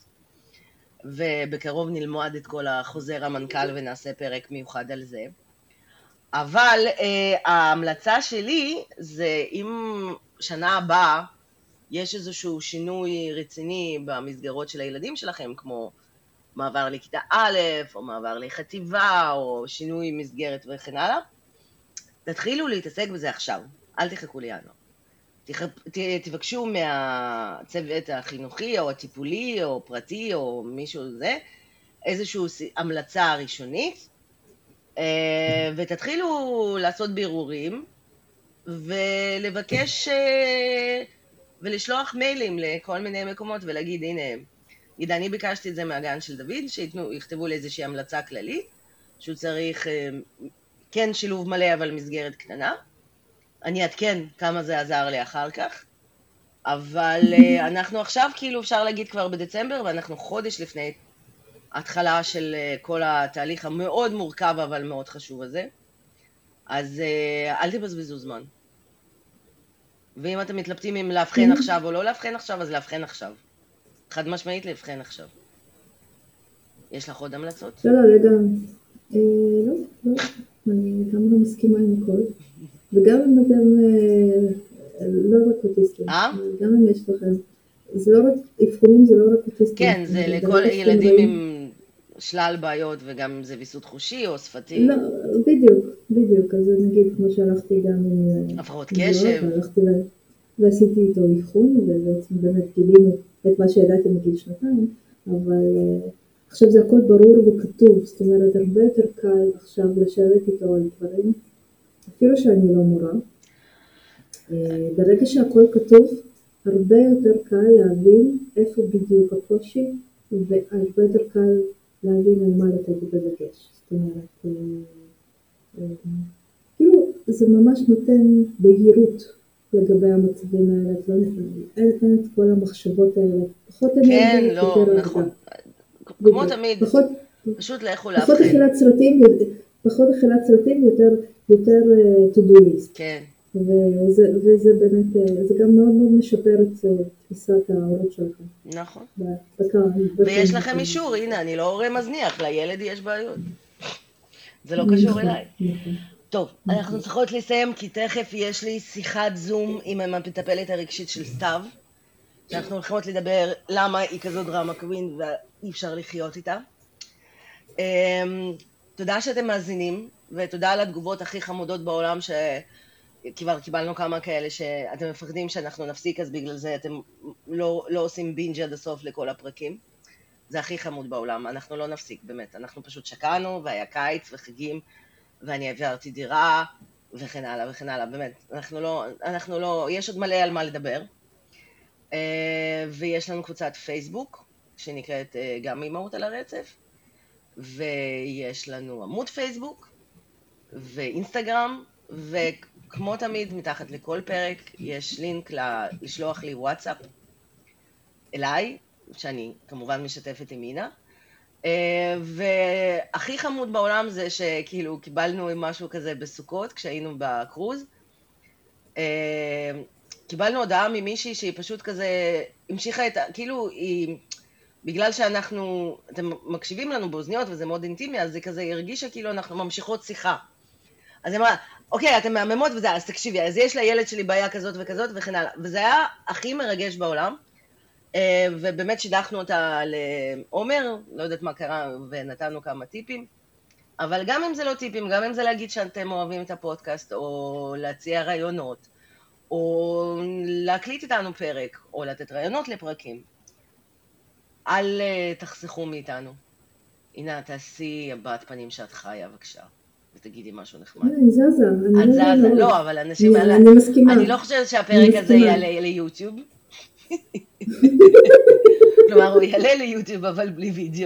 ובקרוב נלמוד את כל החוזר המנכ"ל ונעשה פרק מיוחד על זה. אבל אה, ההמלצה שלי זה אם שנה הבאה יש איזשהו שינוי רציני במסגרות של הילדים שלכם, כמו מעבר לכיתה א', או מעבר לחטיבה, או שינוי מסגרת וכן הלאה, תתחילו להתעסק בזה עכשיו, אל תחכו לינואר. תבקשו מהצוות החינוכי, או הטיפולי, או פרטי, או מישהו זה, איזושהי המלצה ראשונית, ותתחילו לעשות בירורים, ולבקש, ולשלוח מיילים לכל מיני מקומות, ולהגיד, הנה, נגיד, אני ביקשתי את זה מהגן של דוד, שיכתבו לי איזושהי המלצה כללית, שהוא צריך, כן, שילוב מלא, אבל מסגרת קטנה. אני אתקן כמה זה עזר לי אחר כך, אבל אנחנו עכשיו, כאילו, אפשר להגיד כבר בדצמבר, ואנחנו חודש לפני התחלה של כל התהליך המאוד מורכב, אבל מאוד חשוב הזה. אז אל תבזבזו זמן. ואם אתם מתלבטים אם להבחן עכשיו או לא להבחן עכשיו, אז להבחן עכשיו. חד משמעית להבחן עכשיו. יש לך עוד המלצות? לא, לא, לגמרי. לא, לא. אני גם לא מסכימה עם הכל. וגם אם אתם לא רק אוטיסטים. גם אם יש לכם. זה לא רק, אבחונים זה לא רק אוטיסטים. כן, זה לכל ילדים עם שלל בעיות, וגם אם זה ויסות חושי או שפתי. לא, בדיוק, בדיוק. אז נגיד, כמו שהלכתי גם עם... הפרעות קשב. והלכתי ועשיתי איתו אבחון, ובעצם באמת גילינו את מה שידעתי מגיל שנתיים, אבל עכשיו זה הכל ברור וכתוב, זאת אומרת, הרבה יותר קל עכשיו לשבת איתו על דברים, אפילו שאני לא מורה. ברגע שהכל כתוב, הרבה יותר קל להבין איפה בדיוק הקושי, והרבה יותר קל להבין על מה לתת בדגש. זאת אומרת, כאילו זה ממש נותן בהירות לגבי המצבים האלה, לא נכנעים, אין, אין את כל המחשבות האלה, פחות כן, אנרגיה, לא, נכון, כמו תמיד, פחות, פשוט לכו להבחן. פחות אכילת סרטים, פחות אכילת סרטים, יותר, יותר uh, to do list. כן. וזה, וזה באמת, זה גם מאוד מאוד משפר את תפיסת ההורות שלכם. נכון. בקר, ויש לכם אישור, הנה, אני לא הורה מזניח, לילד יש בעיות. זה לא קשור אליי. נכון. טוב, אנחנו צריכות לסיים, כי תכף יש לי שיחת זום עם המטפלת הרגשית של סתיו, שאנחנו הולכות לדבר למה היא כזו דרמה קווין ואי אפשר לחיות איתה. תודה שאתם מאזינים, ותודה על התגובות הכי חמודות בעולם, שכבר קיבלנו כמה כאלה שאתם מפחדים שאנחנו נפסיק, אז בגלל זה אתם לא, לא עושים בינג' עד הסוף לכל הפרקים. זה הכי חמוד בעולם, אנחנו לא נפסיק, באמת. אנחנו פשוט שקענו, והיה קיץ וחגים, ואני עברתי דירה, וכן הלאה וכן הלאה, באמת, אנחנו לא, אנחנו לא, יש עוד מלא על מה לדבר, ויש לנו קבוצת פייסבוק, שנקראת גם אימהות על הרצף, ויש לנו עמוד פייסבוק, ואינסטגרם, וכמו תמיד, מתחת לכל פרק, יש לינק לשלוח לי וואטסאפ אליי, שאני כמובן משתפת עם אינה, והכי חמוד בעולם זה שכאילו קיבלנו משהו כזה בסוכות כשהיינו בקרוז, קיבלנו הודעה ממישהי שהיא פשוט כזה המשיכה את, כאילו היא, בגלל שאנחנו, אתם מקשיבים לנו באוזניות וזה מאוד אינטימי, אז זה כזה הרגישה כאילו אנחנו ממשיכות שיחה. אז היא אמרה, אוקיי, אתם מהממות וזה, אז תקשיבי, אז יש לילד שלי בעיה כזאת וכזאת וכן הלאה, וזה היה הכי מרגש בעולם. ובאמת שידחנו אותה לעומר, לא יודעת מה קרה, ונתנו כמה טיפים, אבל גם אם זה לא טיפים, גם אם זה להגיד שאתם אוהבים את הפודקאסט, או להציע רעיונות, או להקליט איתנו פרק, או לתת רעיונות לפרקים, אל תחסכו מאיתנו. הנה, תעשי הבת פנים שאת חיה, בבקשה, ותגידי משהו נחמד. אני זזה. את זזה, לא, אבל אנשים... אני מסכימה. אני לא חושבת שהפרק הזה יעלה ליוטיוב. כלומר, הוא יעלה ליוטיוב, אבל בלי וידאו.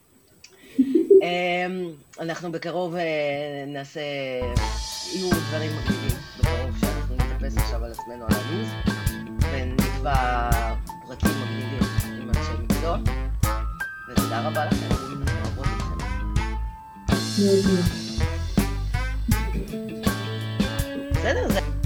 אנחנו בקרוב נעשה, יהיו דברים מגניבים, בקרוב שאנחנו נתאפס עכשיו על עצמנו על הלוז, ונקבע פרקים מגניבים עם אנשי מקצוע, ותודה רבה לכם, אוהבות אתכם. בסדר, זה...